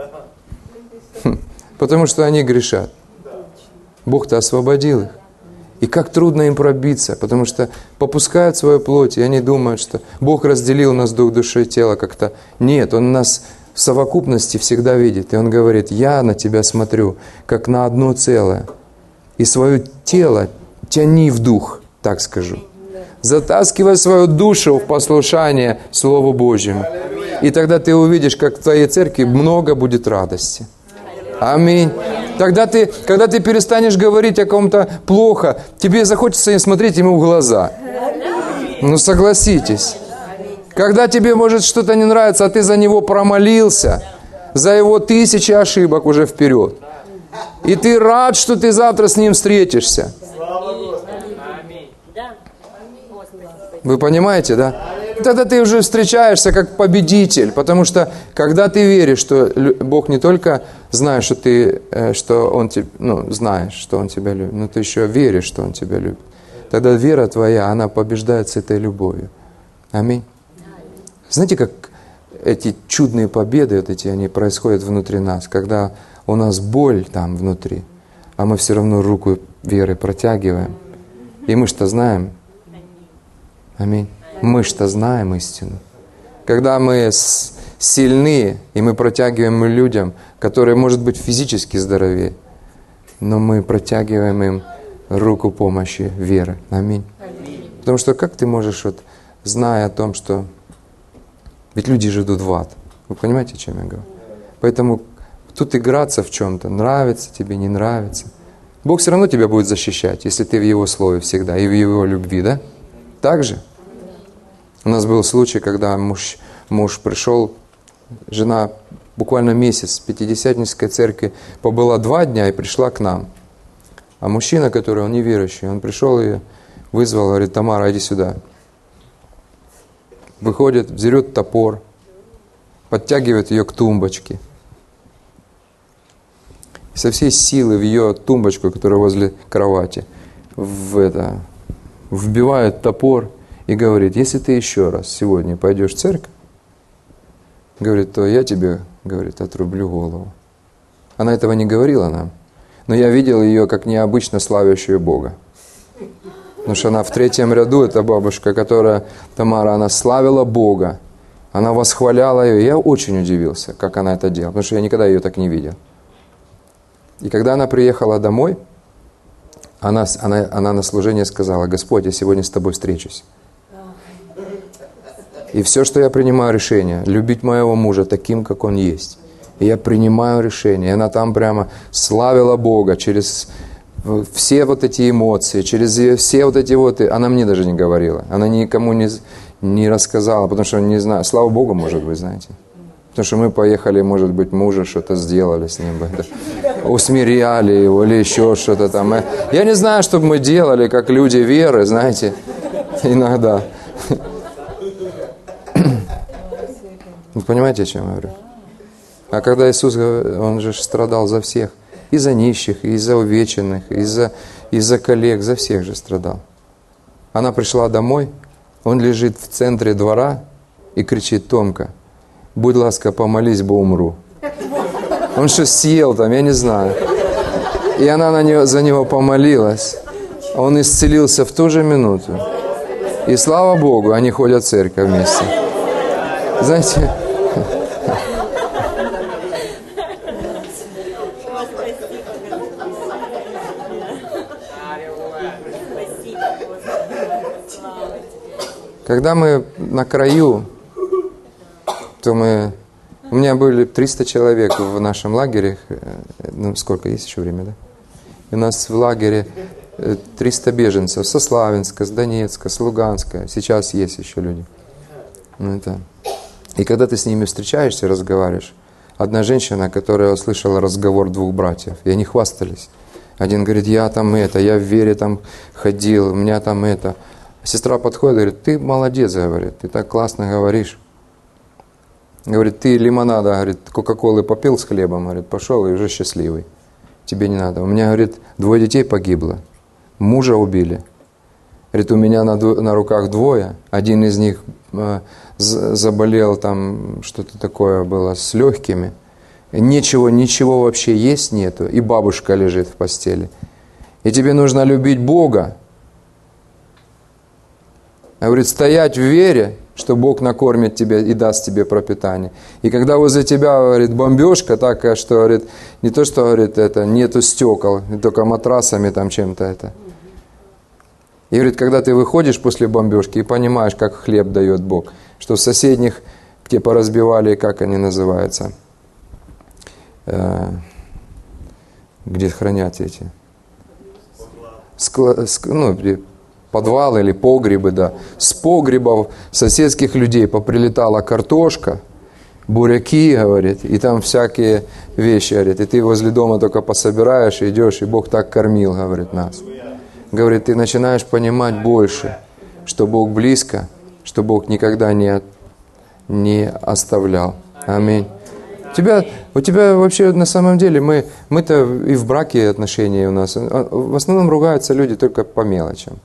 Потому что они грешат. Бог-то освободил их. И как трудно им пробиться, потому что попускают свою плоть, и они думают, что Бог разделил нас дух, душу и тело как-то. Нет, Он нас в совокупности всегда видит. И Он говорит, я на тебя смотрю, как на одно целое. И свое тело тяни в дух, так скажу. Затаскивай свою душу в послушание Слову Божьему. И тогда ты увидишь, как в твоей церкви много будет радости. Аминь. Тогда ты, когда ты перестанешь говорить о ком-то плохо, тебе захочется им смотреть ему в глаза. Ну согласитесь. Когда тебе может что-то не нравится, а ты за него промолился, за его тысячи ошибок уже вперед. И ты рад, что ты завтра с ним встретишься. Вы понимаете, да? Тогда ты уже встречаешься как победитель, потому что когда ты веришь, что Бог не только знает, что ты, что Он тебя, ну, знаешь, что Он тебя любит, но ты еще веришь, что Он тебя любит. Тогда вера твоя, она побеждает с этой любовью. Аминь. Знаете, как эти чудные победы, вот эти, они происходят внутри нас, когда у нас боль там внутри, а мы все равно руку веры протягиваем. И мы что знаем? Аминь. Мы что знаем истину. Когда мы сильны, и мы протягиваем людям, которые, может быть, физически здоровее, но мы протягиваем им руку помощи, веры. Аминь. Потому что как ты можешь, вот, зная о том, что... Ведь люди же идут в ад. Вы понимаете, о чем я говорю? Поэтому тут играться в чем-то, нравится тебе, не нравится. Бог все равно тебя будет защищать, если ты в Его Слове всегда, и в Его любви, да? Так же? У нас был случай, когда муж, муж пришел, жена буквально месяц в Пятидесятнической церкви побыла два дня и пришла к нам. А мужчина, который, он неверующий, он пришел и вызвал, говорит: Тамара, иди сюда. Выходит, берет топор, подтягивает ее к тумбочке. И со всей силы в ее тумбочку, которая возле кровати, в это, вбивает топор и говорит: если ты еще раз сегодня пойдешь в церковь, говорит, то я тебе, говорит, отрублю голову. Она этого не говорила нам, но я видел ее как необычно славящую Бога. Потому что она в третьем ряду, эта бабушка, которая, Тамара, она славила Бога. Она восхваляла ее. Я очень удивился, как она это делала, потому что я никогда ее так не видел. И когда она приехала домой, она, она, она на служение сказала: Господь, я сегодня с тобой встречусь. И все, что я принимаю решение, любить моего мужа таким, как он есть. И я принимаю решение. И она там прямо славила Бога через... Все вот эти эмоции, через все вот эти вот... Она мне даже не говорила. Она никому не, не рассказала, потому что не знаю. Слава Богу, может быть, знаете. Потому что мы поехали, может быть, мужа что-то сделали с ним. Усмиряли его или еще что-то там. Я не знаю, что бы мы делали, как люди веры, знаете. Иногда. Вы понимаете, о чем я говорю? А когда Иисус, Он же страдал за всех. И за нищих, и за увеченных, и за, и за коллег, за всех же страдал. Она пришла домой, он лежит в центре двора и кричит: Томка, будь ласка, помолись, бо умру. Он что, съел там, я не знаю. И она на него, за него помолилась. Он исцелился в ту же минуту. И слава Богу, они ходят в церковь вместе. Знаете... Когда мы на краю, то мы... У меня были триста человек в нашем лагере. Ну, сколько, есть еще время, да? И у нас в лагере триста беженцев со Славянска, с Донецка, с Луганска. Сейчас есть еще люди. Ну, это... И когда ты с ними встречаешься, разговариваешь, одна женщина, которая услышала разговор двух братьев, и они хвастались. Один говорит: я там это, я в вере там ходил, у меня там это... Сестра подходит и говорит: ты молодец, говорит, ты так классно говоришь. Говорит: ты лимонада, говорит, кока-колы попил с хлебом, говорит, пошел и уже счастливый. Тебе не надо. У меня, говорит, двое детей погибло, мужа убили. Говорит, у меня на, на руках двое, один из них э, заболел, там что-то такое было с легкими. Ничего, ничего вообще есть нету, и бабушка лежит в постели. И тебе нужно любить Бога. Говорит, стоять в вере, что Бог накормит тебя и даст тебе пропитание. И когда возле тебя, говорит, бомбежка такая, что, говорит, не то, что, говорит, это, нету стекол, только матрасами там чем-то это. И, говорит, когда ты выходишь после бомбежки и понимаешь, как хлеб дает Бог, что в соседних, где поразбивали, как они называются, э, где хранят эти скла, ск, ну, подвалы или погребы, да. С погребов соседских людей поприлетала картошка, буряки, говорит, и там всякие вещи, говорит, и ты возле дома только пособираешь, идешь, и Бог так кормил, говорит, нас. Говорит, ты начинаешь понимать больше, что Бог близко, что Бог никогда не, не оставлял. Аминь. У тебя, у тебя вообще на самом деле, мы, мы-то и в браке отношения у нас, в основном ругаются люди только по мелочам.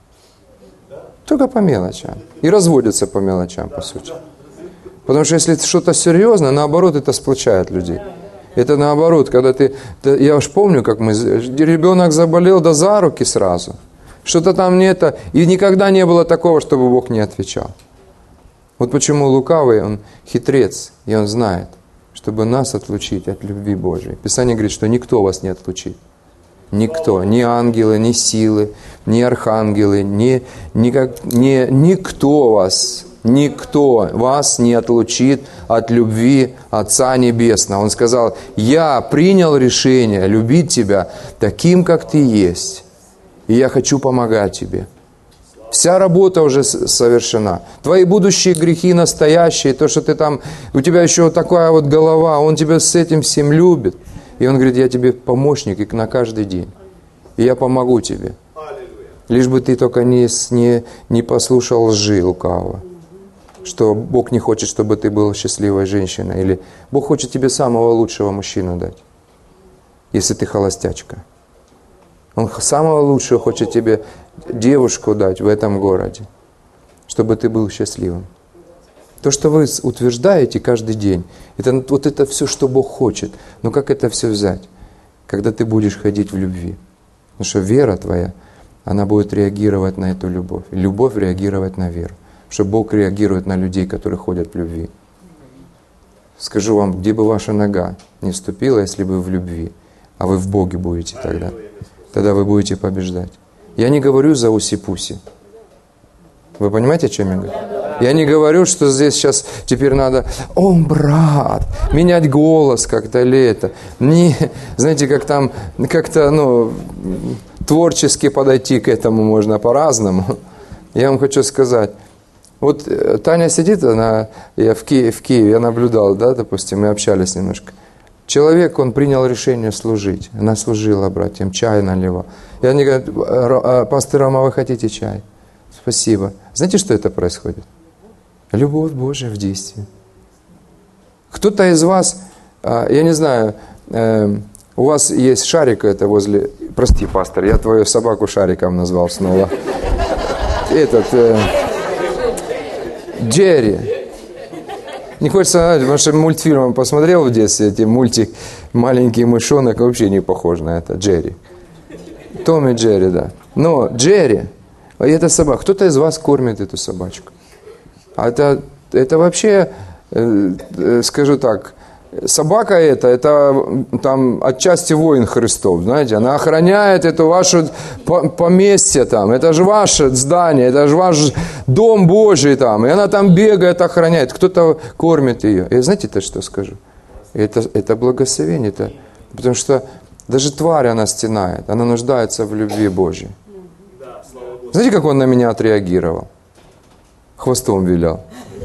Только по мелочам. И разводятся по мелочам, по сути. Потому что если что-то серьезное, наоборот, это сплочает людей. Это наоборот, когда ты... Я уж помню, как мы... Ребенок заболел, да за руки сразу. Что-то там не это... И никогда не было такого, чтобы Бог не отвечал. Вот почему лукавый, он хитрец, и он знает, чтобы нас отлучить от любви Божией. Писание говорит, что никто вас не отлучит. Никто, ни ангелы, ни силы, ни архангелы, ни, никак, ни, никто вас, никто вас не отлучит от любви Отца Небесного. Он сказал, я принял решение любить тебя таким, как ты есть, и я хочу помогать тебе. Вся работа уже совершена. Твои будущие грехи настоящие, то, что ты там, у тебя еще вот такая вот голова, Он тебя с этим всем любит. И Он говорит, я тебе помощник и на каждый день. И я помогу тебе. Лишь бы ты только не, не, не послушал лжи лукавого. Что Бог не хочет, чтобы ты был счастливой женщиной. Или Бог хочет тебе самого лучшего мужчину дать. Если ты холостячка. Он самого лучшего хочет тебе девушку дать в этом городе. Чтобы ты был счастливым. То, что вы утверждаете каждый день, это вот это все, что Бог хочет. Но как это все взять? Когда ты будешь ходить в любви. Потому что вера твоя, она будет реагировать на эту любовь. И любовь реагировать на веру. Потому что Бог реагирует на людей, которые ходят в любви. Скажу вам, где бы ваша нога не вступила, если вы в любви, а вы в Боге будете тогда, тогда вы будете побеждать. Я не говорю за уси-пуси. Вы понимаете, о чем я говорю? Я не говорю, что здесь сейчас теперь надо, о, брат, менять голос как-то или это. Не, знаете, как там, как-то, ну, творчески подойти к этому можно по-разному. Я вам хочу сказать, вот Таня сидит, она, я в Киеве, в Киеве, я наблюдал, да, допустим, мы общались немножко. Человек, он принял решение служить. Она служила братьям, чай наливала. И они говорят, пастор Рома, вы хотите чай? Спасибо. Знаете, что это происходит? Любовь Божия в действии. Кто-то из вас, я не знаю, у вас есть шарик это возле... Прости, пастор, я твою собаку шариком назвал снова. Этот... Джерри. Не хочется, потому что мультфильм посмотрел в детстве, эти мультик «Маленький мышонок» вообще не похож на это. Джерри. Том и Джерри, да. Но Джерри, это собака. Кто-то из вас кормит эту собачку. А это, это вообще, э, э, скажу так, собака эта, это там отчасти воин Христов, знаете. Она охраняет это ваше поместье там. Это же ваше здание, это же ваш дом Божий там. И она там бегает, охраняет. Кто-то кормит ее. И знаете-то, что скажу? Это, это благословение. Это, потому что даже тварь она стенает. Она нуждается в любви Божьей. Знаете, как он на меня отреагировал? Хвостом вилял.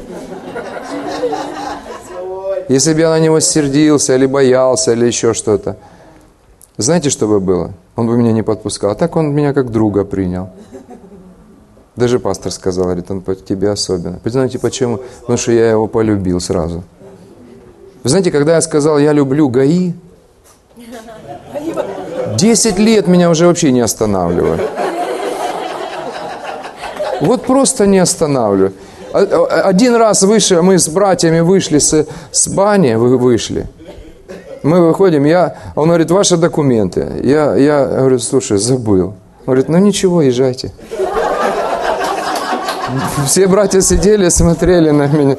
Если бы я на него сердился, или боялся, или еще что-то, знаете, что бы было? Он бы меня не подпускал. А так он меня как друга принял. Даже пастор сказал, говорит, он по тебе особенно. Знаете почему? Потому что я его полюбил сразу. Вы знаете, когда я сказал, я люблю ГАИ, десять лет меня уже вообще не останавливают. Вот просто не останавливаю. Один раз вышли, мы с братьями вышли с, с бани, вы вышли. Мы выходим, я, он говорит, ваши документы. Я, я говорю, слушай, забыл. Он говорит, ну ничего, езжайте. Все братья сидели, смотрели на меня.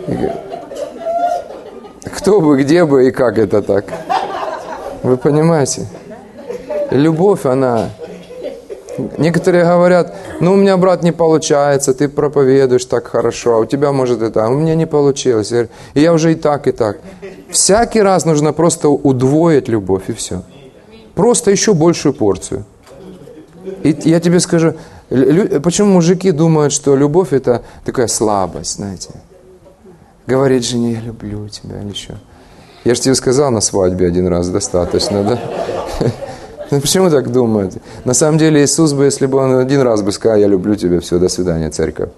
Кто бы, где бы и как это так. Вы понимаете? Любовь, она... Некоторые говорят, ну у меня, брат, не получается, ты проповедуешь так хорошо, а у тебя может это, а у меня не получилось. И я уже и так, и так. Всякий раз нужно просто удвоить любовь, и все. Просто еще большую порцию. И я тебе скажу, почему мужики думают, что любовь это такая слабость, знаете. Говорит жене, я люблю тебя, или еще. Я же тебе сказал на свадьбе один раз, достаточно, да? Ну почему так думают? На самом деле Иисус бы, если бы он один раз бы сказал, я люблю тебя, все, до свидания, церковь.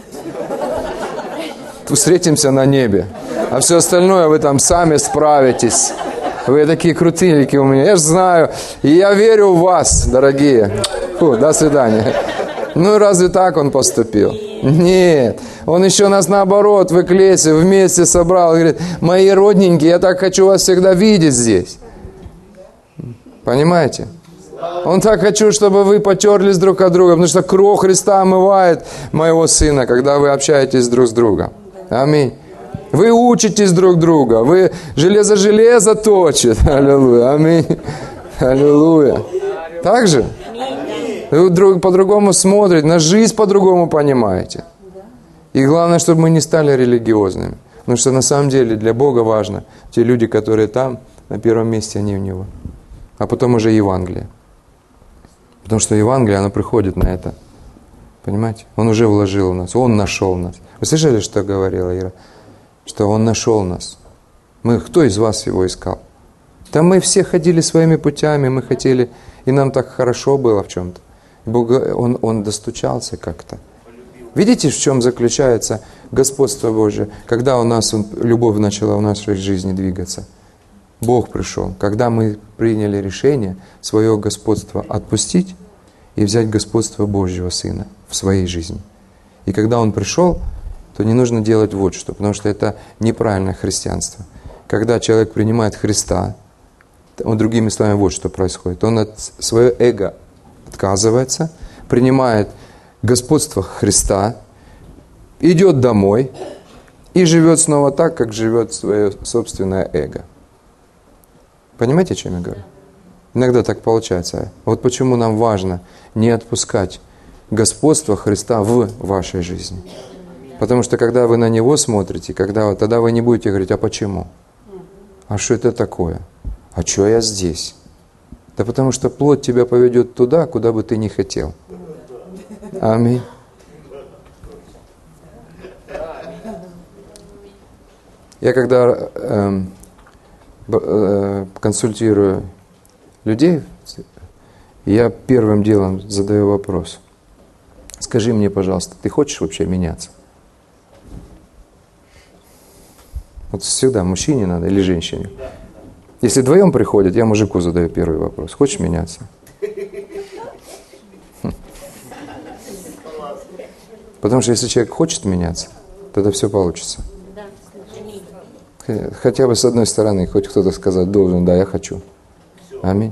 Встретимся на небе. А все остальное вы там сами справитесь. Вы такие крутылики у меня. Я же знаю. И я верю в вас, дорогие. Фу, до свидания. Ну разве так он поступил? Нет. Он еще нас наоборот в Экклесию вместе собрал. Говорит, мои родненькие, я так хочу вас всегда видеть здесь. Понимаете? Он так хочу, чтобы вы потерлись друг от друга, потому что кровь Христа омывает моего сына, когда вы общаетесь друг с другом. Аминь. Вы учитесь друг друга, вы железо железо точит. Аллилуйя. Аминь. Аллилуйя. Так же? Вы друг, по-другому смотрите, на жизнь по-другому понимаете. И главное, чтобы мы не стали религиозными. Потому что на самом деле для Бога важно, те люди, которые там, на первом месте они у Него. А потом уже Евангелие. Потому что Евангелие, оно приходит на это. Понимаете? Он уже вложил в нас, Он нашел нас. Вы слышали, что говорила Ира? Что Он нашел нас. Мы, кто из вас Его искал? Да мы все ходили своими путями, мы хотели, и нам так хорошо было в чем-то. Бог, он, он достучался как-то. Видите, в чем заключается господство Божие? Когда у нас он, любовь начала в нашей жизни двигаться. Бог пришел. Когда мы приняли решение свое господство отпустить и взять господство Божьего Сына в своей жизни. И когда Он пришел, то не нужно делать вот что, потому что это неправильное христианство. Когда человек принимает Христа, он, другими словами, вот что происходит. Он от своего эго отказывается, принимает господство Христа, идет домой и живет снова так, как живет свое собственное эго. Понимаете, о чем я говорю? Иногда так получается. Вот почему нам важно не отпускать господство Христа в вашей жизни. Потому что когда вы на Него смотрите, когда, тогда вы не будете говорить, а почему? А что это такое? А что я здесь? Да потому что плоть тебя поведет туда, куда бы ты ни хотел. Аминь. Я когда э, э, консультирую людей, я первым делом задаю вопрос. Скажи мне, пожалуйста, ты хочешь вообще меняться? Вот всегда мужчине надо или женщине. Если вдвоем приходят, я мужику задаю первый вопрос. Хочешь меняться? Потому что если человек хочет меняться, тогда все получится. Хотя бы с одной стороны, хоть кто-то сказать должен, да, я хочу. Аминь.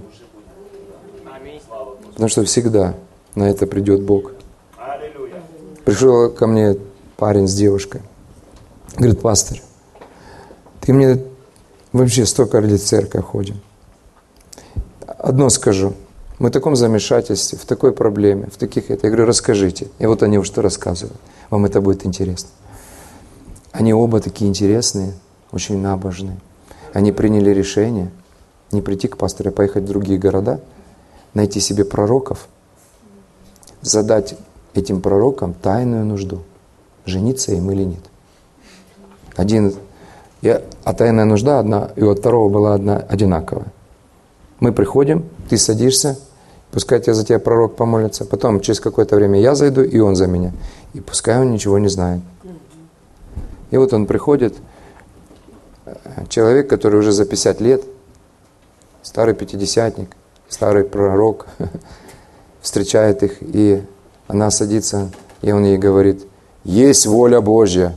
Потому что всегда на это придет Бог. Пришел ко мне парень с девушкой. Говорит, пастор, ты мне вообще столько лет в церковь ходим. Одно скажу. Мы в таком замешательстве, в такой проблеме, в таких... Я говорю, расскажите. И вот они что рассказывают. Вам это будет интересно. Они оба такие интересные, очень набожные. Они приняли решение не прийти к пастору, а поехать в другие города, найти себе пророков, задать этим пророкам тайную нужду, жениться им или нет. Один, я, а тайная нужда одна, и у второго была одна одинаковая. Мы приходим, ты садишься, пускай тебя за тебя пророк помолится, потом через какое-то время я зайду, и он за меня. И пускай он ничего не знает. И вот он приходит, человек, который уже за пятьдесят лет, старый пятидесятник, старый пророк, встречает их, и она садится, и он ей говорит, есть воля Божья.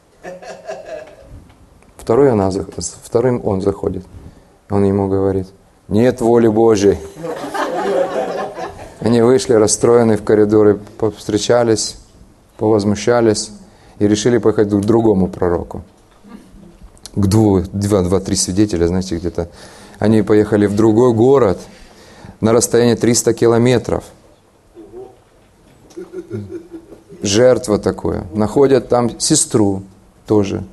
Второй она, вторым он заходит, он ему говорит, нет воли Божьей. Они вышли расстроенные в коридоры, повстречались, повозмущались и решили поехать к другому пророку. К двум, два, два, три свидетеля, знаете, где-то. Они поехали в другой город на расстоянии триста километров. Жертва такое. Находят там сестру тоже,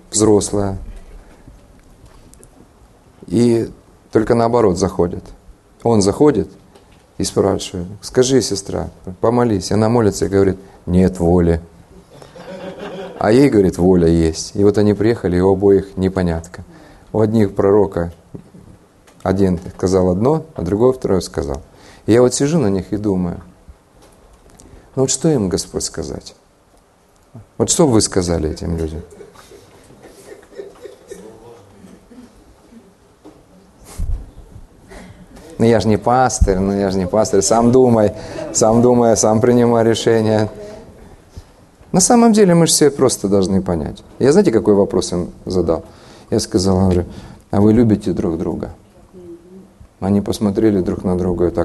взрослая. И только наоборот заходят. Он заходит и спрашивает: скажи, сестра, помолись. Она молится и говорит: нет воли. А ей, говорит, воля есть. И вот они приехали, и у обоих непонятка. У одних пророка один сказал одно, а другой второе сказал. И я вот сижу на них и думаю: ну вот что им Господь сказать? Вот что бы вы сказали этим людям? Ну я же не пастырь, ну я же не пастырь, сам думай, сам думай, сам принимай решение. На самом деле мы же все просто должны понять. Я знаете, какой вопрос им задал? Я сказал, говорю: а вы любите друг друга? Они посмотрели друг на друга и так.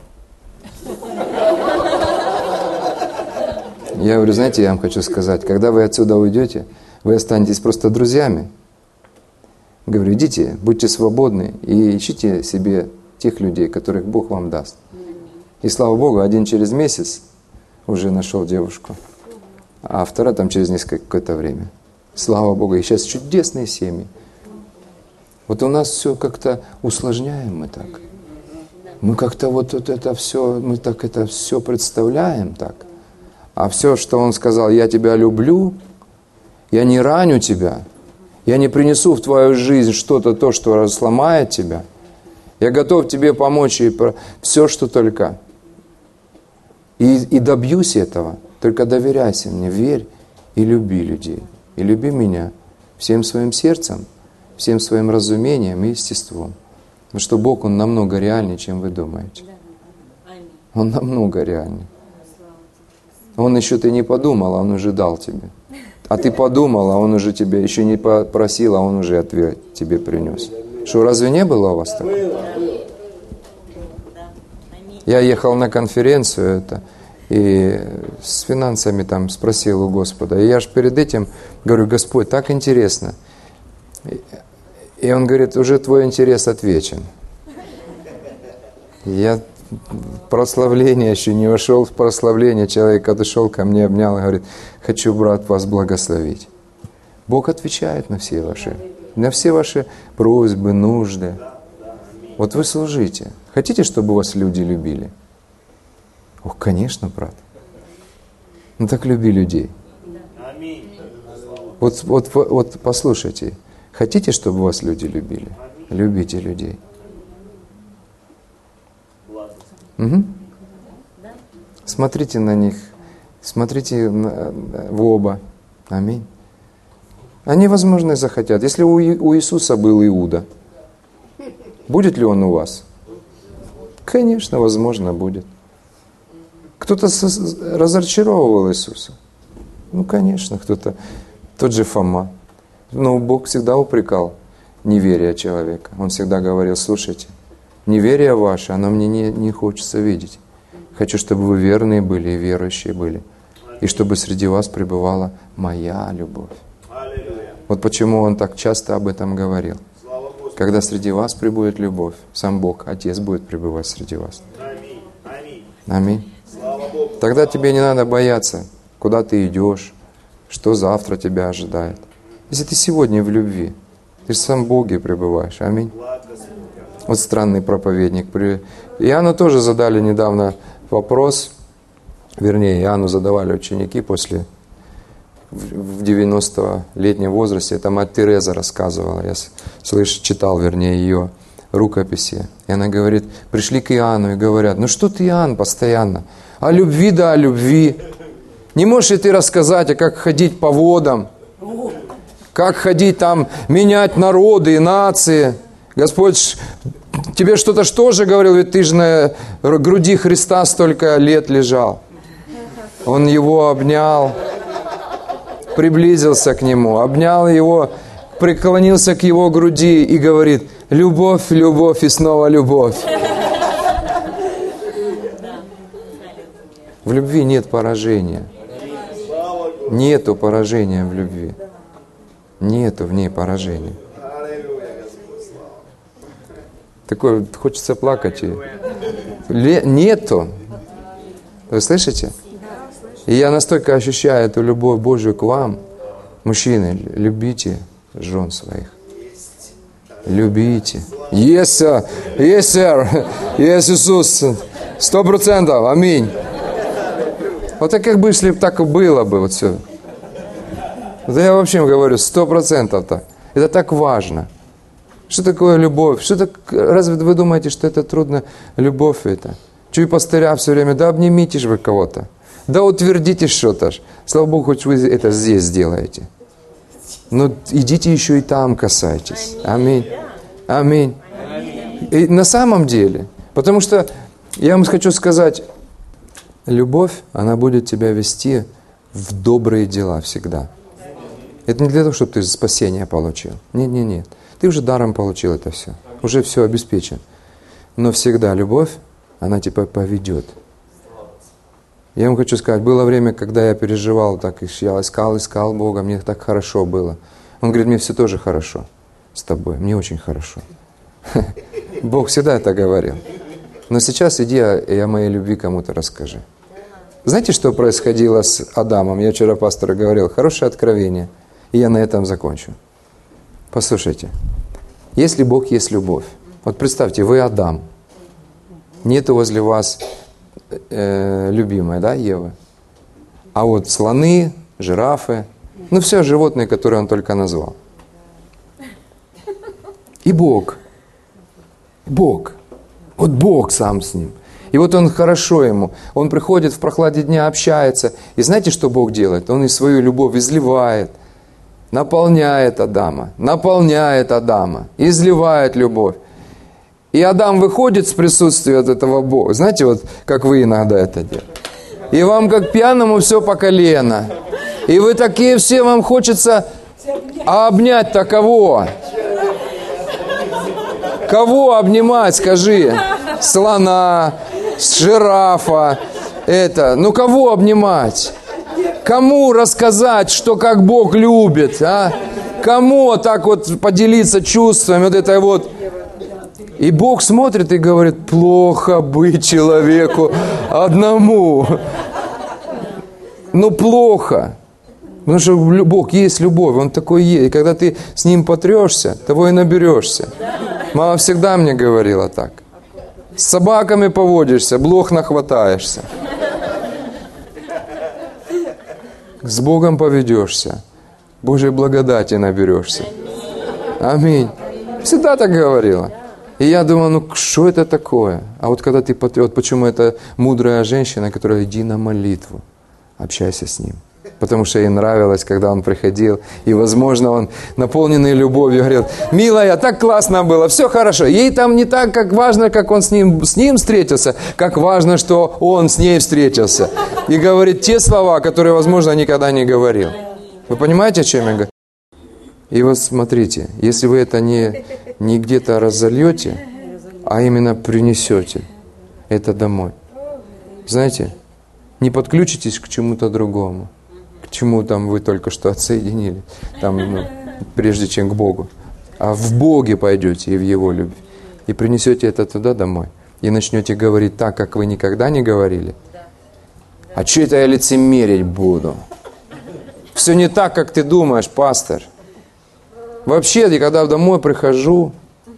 Я говорю: знаете, я вам хочу сказать, когда вы отсюда уйдете, вы останетесь просто друзьями. Говорю: идите, будьте свободны и ищите себе тех людей, которых Бог вам даст. И слава Богу, один через месяц уже нашел девушку, а вторая там через несколько какое-то время. Слава Богу, и сейчас чудесные семьи. Вот у нас все как-то усложняем мы так. Мы как-то вот, вот это все, мы так это все представляем так. А все, что Он сказал: я тебя люблю, я не раню тебя, я не принесу в твою жизнь что-то то, что сломает тебя. Я готов тебе помочь и все, что только. И, и добьюсь этого. Только доверяйся мне, верь и люби людей. И люби меня всем своим сердцем, всем своим разумением и естеством. Потому что Бог, Он намного реальнее, чем вы думаете. Он намного реальнее. Он еще ты не подумал, а Он уже дал тебе. А ты подумал, а Он уже тебе еще не попросил, а Он уже ответ тебе принес. Что, разве не было у вас такого? Я ехал на конференцию это, и с финансами там спросил у Господа. И я же перед этим говорю: Господь, так интересно. И Он говорит: уже твой интерес отвечен. Я в прославление еще не вошел в прославление. Человек подошел ко мне, обнял и говорит: хочу, брат, вас благословить. Бог отвечает на все ваши, на все ваши просьбы, нужды. Вот вы служите. Хотите, чтобы вас люди любили? Ох, конечно, брат. Ну так люби людей. Вот, вот, вот послушайте. Хотите, чтобы вас люди любили? Любите людей. Угу. Смотрите на них. Смотрите в оба. Аминь. Они, возможно, захотят. Если у, у Иисуса был Иуда, будет ли он у вас? Конечно, возможно, будет. Кто-то разочаровывал Иисуса. Ну, конечно, кто-то. Тот же Фома. Но Бог всегда упрекал неверие человека. Он всегда говорил: слушайте, неверие ваше, оно мне не, не хочется видеть. Хочу, чтобы вы верные были и верующие были. И чтобы среди вас пребывала моя любовь. Вот почему Он так часто об этом говорил. Когда среди вас пребудет любовь, сам Бог, Отец, будет пребывать среди вас. Аминь. Тогда тебе не надо бояться, куда ты идешь, что завтра тебя ожидает. Если ты сегодня в любви, ты же сам в Боге пребываешь. Аминь. Вот странный проповедник. Иоанну тоже задали недавно вопрос, вернее, Иоанну задавали ученики после, в девяностолетнем возрасте, это мать Тереза рассказывала, я слыш, читал, вернее, ее рукописи. И она говорит, пришли к Иоанну и говорят: ну что ты, Иоанн, постоянно? О любви, да, о любви. Не можешь ли ты рассказать, а как ходить по водам? Как ходить там, менять народы и нации? Господь тебе что-то что же говорил, ведь ты же на груди Христа столько лет лежал. Он его обнял, приблизился к нему, обнял его, преклонился к его груди и говорит: любовь, любовь и снова любовь. В любви нет поражения. Нету поражения в любви. Нету в ней поражения. Такое, хочется плакать. Нету. Вы слышите? И я настолько ощущаю эту любовь Божию к вам. Мужчины, любите жен своих. Любите. Yes, sir. Yes, sir. Yes, Иисус. Сто процентов. Аминь. Вот так как бы, если бы так и было бы, вот все. Да я вообще говорю, сто процентов так. Это так важно. Что такое любовь? Что так, разве вы думаете, что это трудно? Любовь это. Чуть пастыря все время, да обнимите же вы кого-то. Да утвердите что-то. Слава Богу, хоть вы это здесь сделаете. Но идите еще и там касайтесь. Аминь. Аминь. И на самом деле, потому что я вам хочу сказать, любовь, она будет тебя вести в добрые дела всегда. Это не для того, чтобы ты спасение получил. Нет, нет, нет. Ты уже даром получил это все. Уже все обеспечен. Но всегда любовь, она тебя поведет. Я вам хочу сказать, было время, когда я переживал, так, я искал, искал Бога, мне так хорошо было. Он говорит, мне все тоже хорошо с тобой, мне очень хорошо. Бог всегда это говорил. Но сейчас иди и о моей любви кому-то расскажи. Знаете, что происходило с Адамом? Я вчера пастору говорил, хорошее откровение. И я на этом закончу. Послушайте, если Бог есть любовь, вот представьте, вы Адам, нету возле вас э, любимой, да, Евы, а вот слоны, жирафы, ну все животные, которые он только назвал. И Бог, Бог, вот Бог сам с ним. И вот он хорошо ему, он приходит в прохладе дня, общается. И знаете, что Бог делает? Он и свою любовь изливает. Наполняет Адама, наполняет Адама, изливает любовь. И Адам выходит с присутствия от этого Бога. Знаете, вот как вы иногда это делаете. И вам как пьяному все по колено. И вы такие все, вам хочется обнять-то кого? Кого обнимать, скажи? Слона, жирафа, это. Ну кого обнимать? Кому рассказать, что как Бог любит, а? Кому так вот поделиться чувствами, вот этой вот. И Бог смотрит и говорит, плохо быть человеку одному. Ну, плохо. Потому что Бог есть любовь, Он такой есть. И когда ты с Ним потрешься, того и наберешься. Мама всегда мне говорила так. С собаками поводишься, блох нахватаешься. С Богом поведешься, Божьей благодати наберешься. Аминь. Всегда так говорила. И я думала, ну что это такое? А вот когда ты, вот почему это мудрая женщина, которая иди на молитву, общайся с Ним. Потому что ей нравилось, когда он приходил, и, возможно, он, наполненный любовью, говорил, милая, так классно было, все хорошо. Ей там не так, как важно, как он с ним, с ним встретился, как важно, что он с ней встретился. И говорит те слова, которые, возможно, никогда не говорил. Вы понимаете, о чем я говорю? И вот смотрите, если вы это не, не где-то разольете, а именно принесете это домой, знаете, не подключитесь к чему-то другому. К чему там вы только что отсоединили, там, ну, прежде чем к Богу. А в Боге пойдете и в Его любви. И принесете это туда домой. И начнете говорить так, как вы никогда не говорили. А что это я лицемерить буду? Все не так, как ты думаешь, пастор. Вообще, я когда домой прихожу,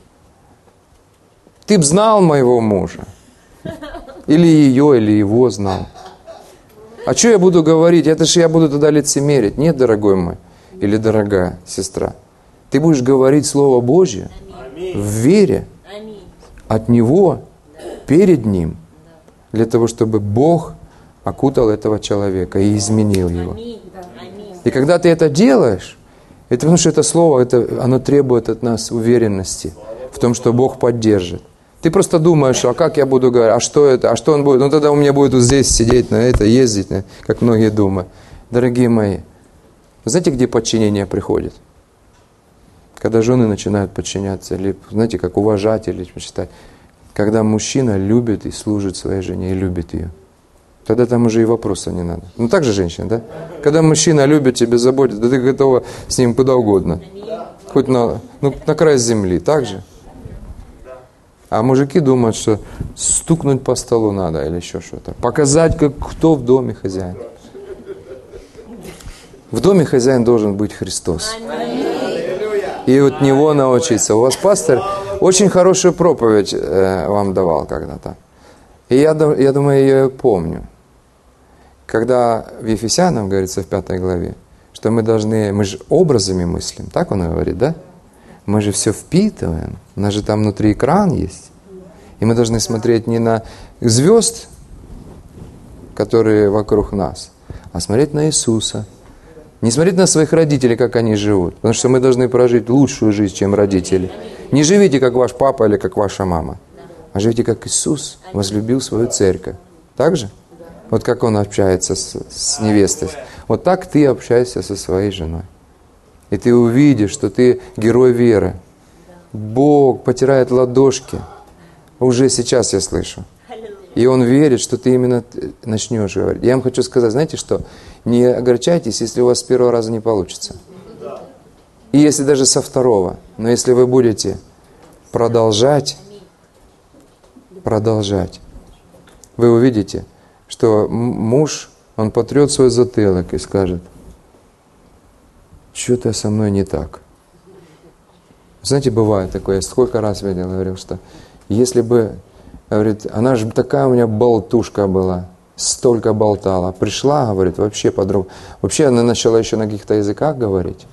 ты б знал моего мужа. Или ее, или его знал. А что я буду говорить? Это же я буду тогда лицемерить. Нет, дорогой мой или дорогая сестра. Ты будешь говорить Слово Божье в вере от Него, перед Ним, для того, чтобы Бог окутал этого человека и изменил его. И когда ты это делаешь, это потому что это Слово, это, оно требует от нас уверенности в том, что Бог поддержит. Ты просто думаешь, а как я буду говорить, а что это, а что он будет? Ну тогда у меня будет вот здесь сидеть на это, ездить, как многие думают. Дорогие мои, знаете, где подчинение приходит? Когда жены начинают подчиняться, или, знаете, как уважать, или считать. Когда мужчина любит и служит своей жене, и любит ее. Тогда там уже и вопроса не надо. Ну так же женщина, да? Когда мужчина любит тебя, заботится, да ты готова с ним куда угодно. Хоть на, ну, на край земли, так же? А мужики думают, что стукнуть по столу надо или еще что-то. Показать, как, кто в доме хозяин. В доме хозяин должен быть Христос. и от него научиться. У вас пастор очень хорошую проповедь э, вам давал когда-то. И я, я думаю, я ее помню. Когда в Ефесянам говорится в пятой главе, что мы должны, мы же образами мыслим, так он говорит, да? Мы же все впитываем, у нас же там внутри экран есть. И мы должны смотреть не на звезд, которые вокруг нас, а смотреть на Иисуса. Не смотреть на своих родителей, как они живут. Потому что мы должны прожить лучшую жизнь, чем родители. Не живите, как ваш папа или как ваша мама, а живите, как Иисус возлюбил свою церковь. Так же? Вот как Он общается с, с невестой. Вот так ты общаешься со своей женой. И ты увидишь, что ты герой веры. Бог потирает ладошки. Уже сейчас я слышу. И Он верит, что ты именно начнешь говорить. Я вам хочу сказать, знаете что? Не огорчайтесь, если у вас с первого раза не получится. И если даже со второго. Но если вы будете продолжать, продолжать, вы увидите, что муж, он потрет свой затылок и скажет: что-то со мной не так. Знаете, бывает такое, я сколько раз видел, говорил, что если бы, говорит, она же такая у меня болтушка была, столько болтала, пришла, говорит, вообще по-другому. Вообще она начала еще на каких-то языках говорить.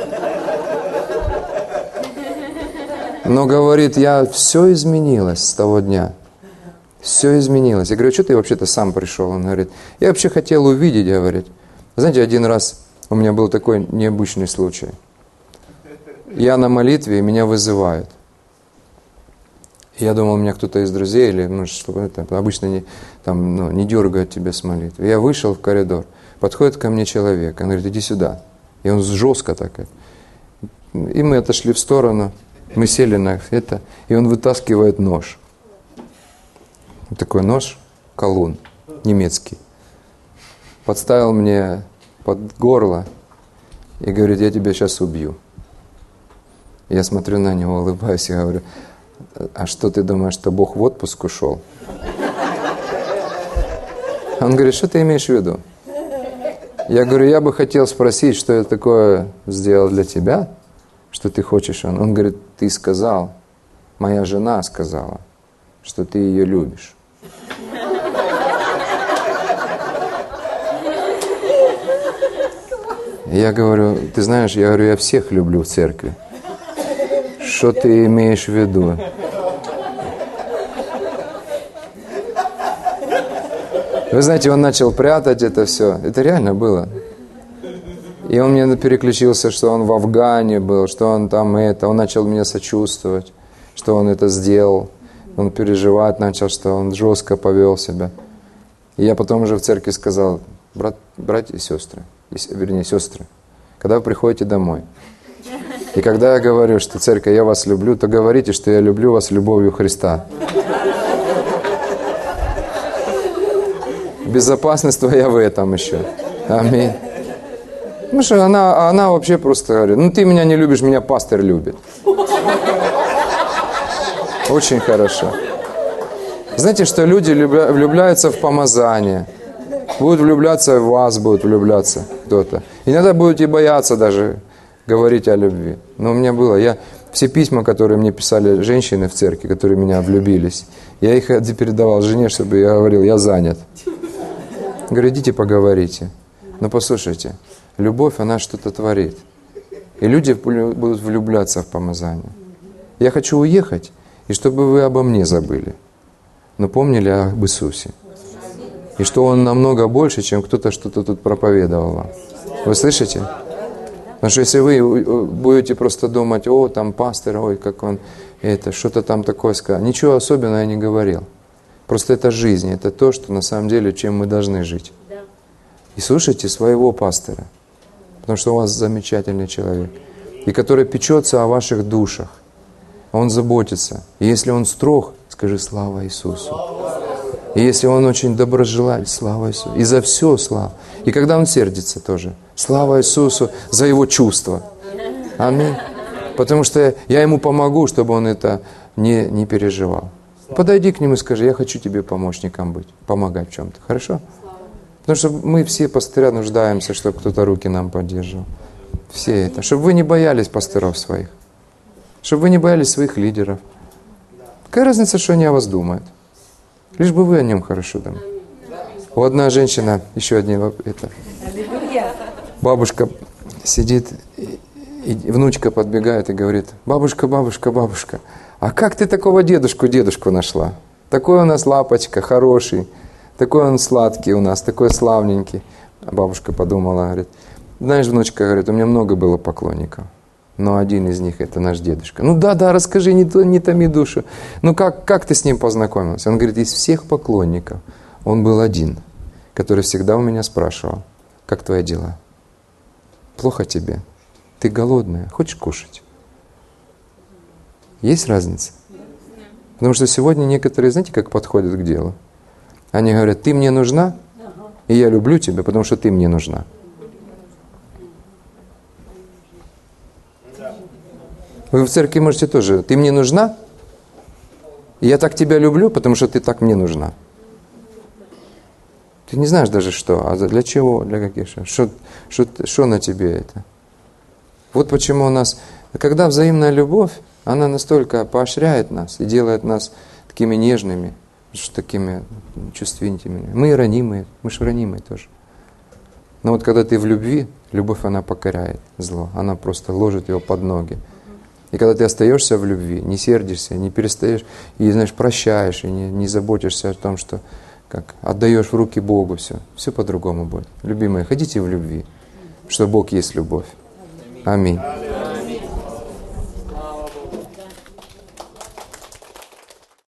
Но, говорит, я все изменилось с того дня. Все изменилось. Я говорю: что ты вообще-то сам пришел? Он говорит: я вообще хотел увидеть, говорит. Знаете, один раз у меня был такой необычный случай. Я на молитве, и меня вызывают. Я думал, у меня кто-то из друзей, или, ну, чтобы это, обычно не, там, ну, не дергают тебя с молитвы. Я вышел в коридор, подходит ко мне человек, он говорит: иди сюда. И он жестко так. И мы отошли в сторону, мы сели на это, и он вытаскивает нож. Вот такой нож, колун, немецкий. Подставил мне под горло и говорит: я тебя сейчас убью. Я смотрю на него, улыбаюсь и говорю: а что ты думаешь, что Бог в отпуск ушел? Он говорит: что ты имеешь в виду? Я говорю: я бы хотел спросить, что я такое сделал для тебя, что ты хочешь. Он, он говорит: ты сказал, моя жена сказала, что ты ее любишь. Я говорю: ты знаешь, я говорю, я всех люблю в церкви. Что ты имеешь в виду? Вы знаете, он начал прятать это все. Это реально было. И он мне переключился, что он в Афгане был, что он там это. Он начал меня сочувствовать, что он это сделал. Он переживать начал, что он жестко повел себя. И я потом уже в церкви сказал: брат, братья и сестры, вернее, сестры, когда вы приходите домой, и когда я говорю, что церковь, я вас люблю, то говорите, что я люблю вас любовью Христа. Безопасность твоя в этом еще. Аминь. Ну что, она, она вообще просто говорит: ну ты меня не любишь, меня пастор любит. Очень хорошо. Знаете, что люди влюбляются в помазание. Будут влюбляться в вас, будут влюбляться кто-то. Иногда будете бояться даже говорить о любви. Но у меня было, я все письма, которые мне писали женщины в церкви, которые в меня влюбились, я их передавал жене, чтобы я говорил: я занят. Говорю: идите поговорите. Но послушайте, любовь, она что-то творит. И люди будут влюбляться в помазание. Я хочу уехать, и чтобы вы обо мне забыли, но помнили об Иисусе. И что Он намного больше, чем кто-то что-то тут проповедовал вам. Вы слышите? Потому что если вы будете просто думать: о, там пастор, ой, как он, это, что-то там такое сказал. Ничего особенного я не говорил. Просто это жизнь, это то, что на самом деле, чем мы должны жить. И слушайте своего пастора, потому что у вас замечательный человек, и который печется о ваших душах. Он заботится. И если он строг, скажи: слава Иисусу. И если он очень доброжелатель, слава Иисусу. И за все слава. И когда он сердится тоже, слава Иисусу за его чувства. Аминь. Потому что я ему помогу, чтобы он это не, не переживал. Подойди к нему и скажи: я хочу тебе помощником быть, помогать в чем-то. Хорошо? Потому что мы все постоянно нуждаемся, чтобы кто-то руки нам поддерживал. Все это. Чтобы вы не боялись пасторов своих. Чтобы вы не боялись своих лидеров. Какая разница, что они о вас думают? Лишь бы вы о нем хорошо думали. У одна женщина, еще одни, это, бабушка сидит, и, и внучка подбегает и говорит: бабушка, бабушка, бабушка, а как ты такого дедушку, дедушку нашла? Такой у нас лапочка, хороший, такой он сладкий у нас, такой славненький. А бабушка подумала, говорит: знаешь, внучка, говорит, у меня много было поклонников, но один из них это наш дедушка. Ну да, да, расскажи, не, то, не томи душу. Ну как, как ты с ним познакомился? Он говорит: из всех поклонников он был один, который всегда у меня спрашивал: как твои дела? Плохо тебе? Ты голодная? Хочешь кушать? Есть разница? Потому что сегодня некоторые, знаете, как подходят к делу? Они говорят: ты мне нужна, и я люблю тебя, потому что ты мне нужна. Вы в церкви можете тоже: ты мне нужна, и я так тебя люблю, потому что ты так мне нужна. Ты не знаешь даже что, а для чего, для каких, что, что, что на тебе это. Вот почему у нас, когда взаимная любовь, она настолько поощряет нас и делает нас такими нежными, такими чувствительными. Мы и ранимые, мы же ранимые тоже. Но вот когда ты в любви, любовь, она покоряет зло, она просто ложит его под ноги. И когда ты остаешься в любви, не сердишься, не перестаешь, и, знаешь, прощаешь, и не, не заботишься о том, что как отдаешь в руки Богу все, все по-другому будет. Любимые, ходите в любви, что Бог есть любовь. Аминь.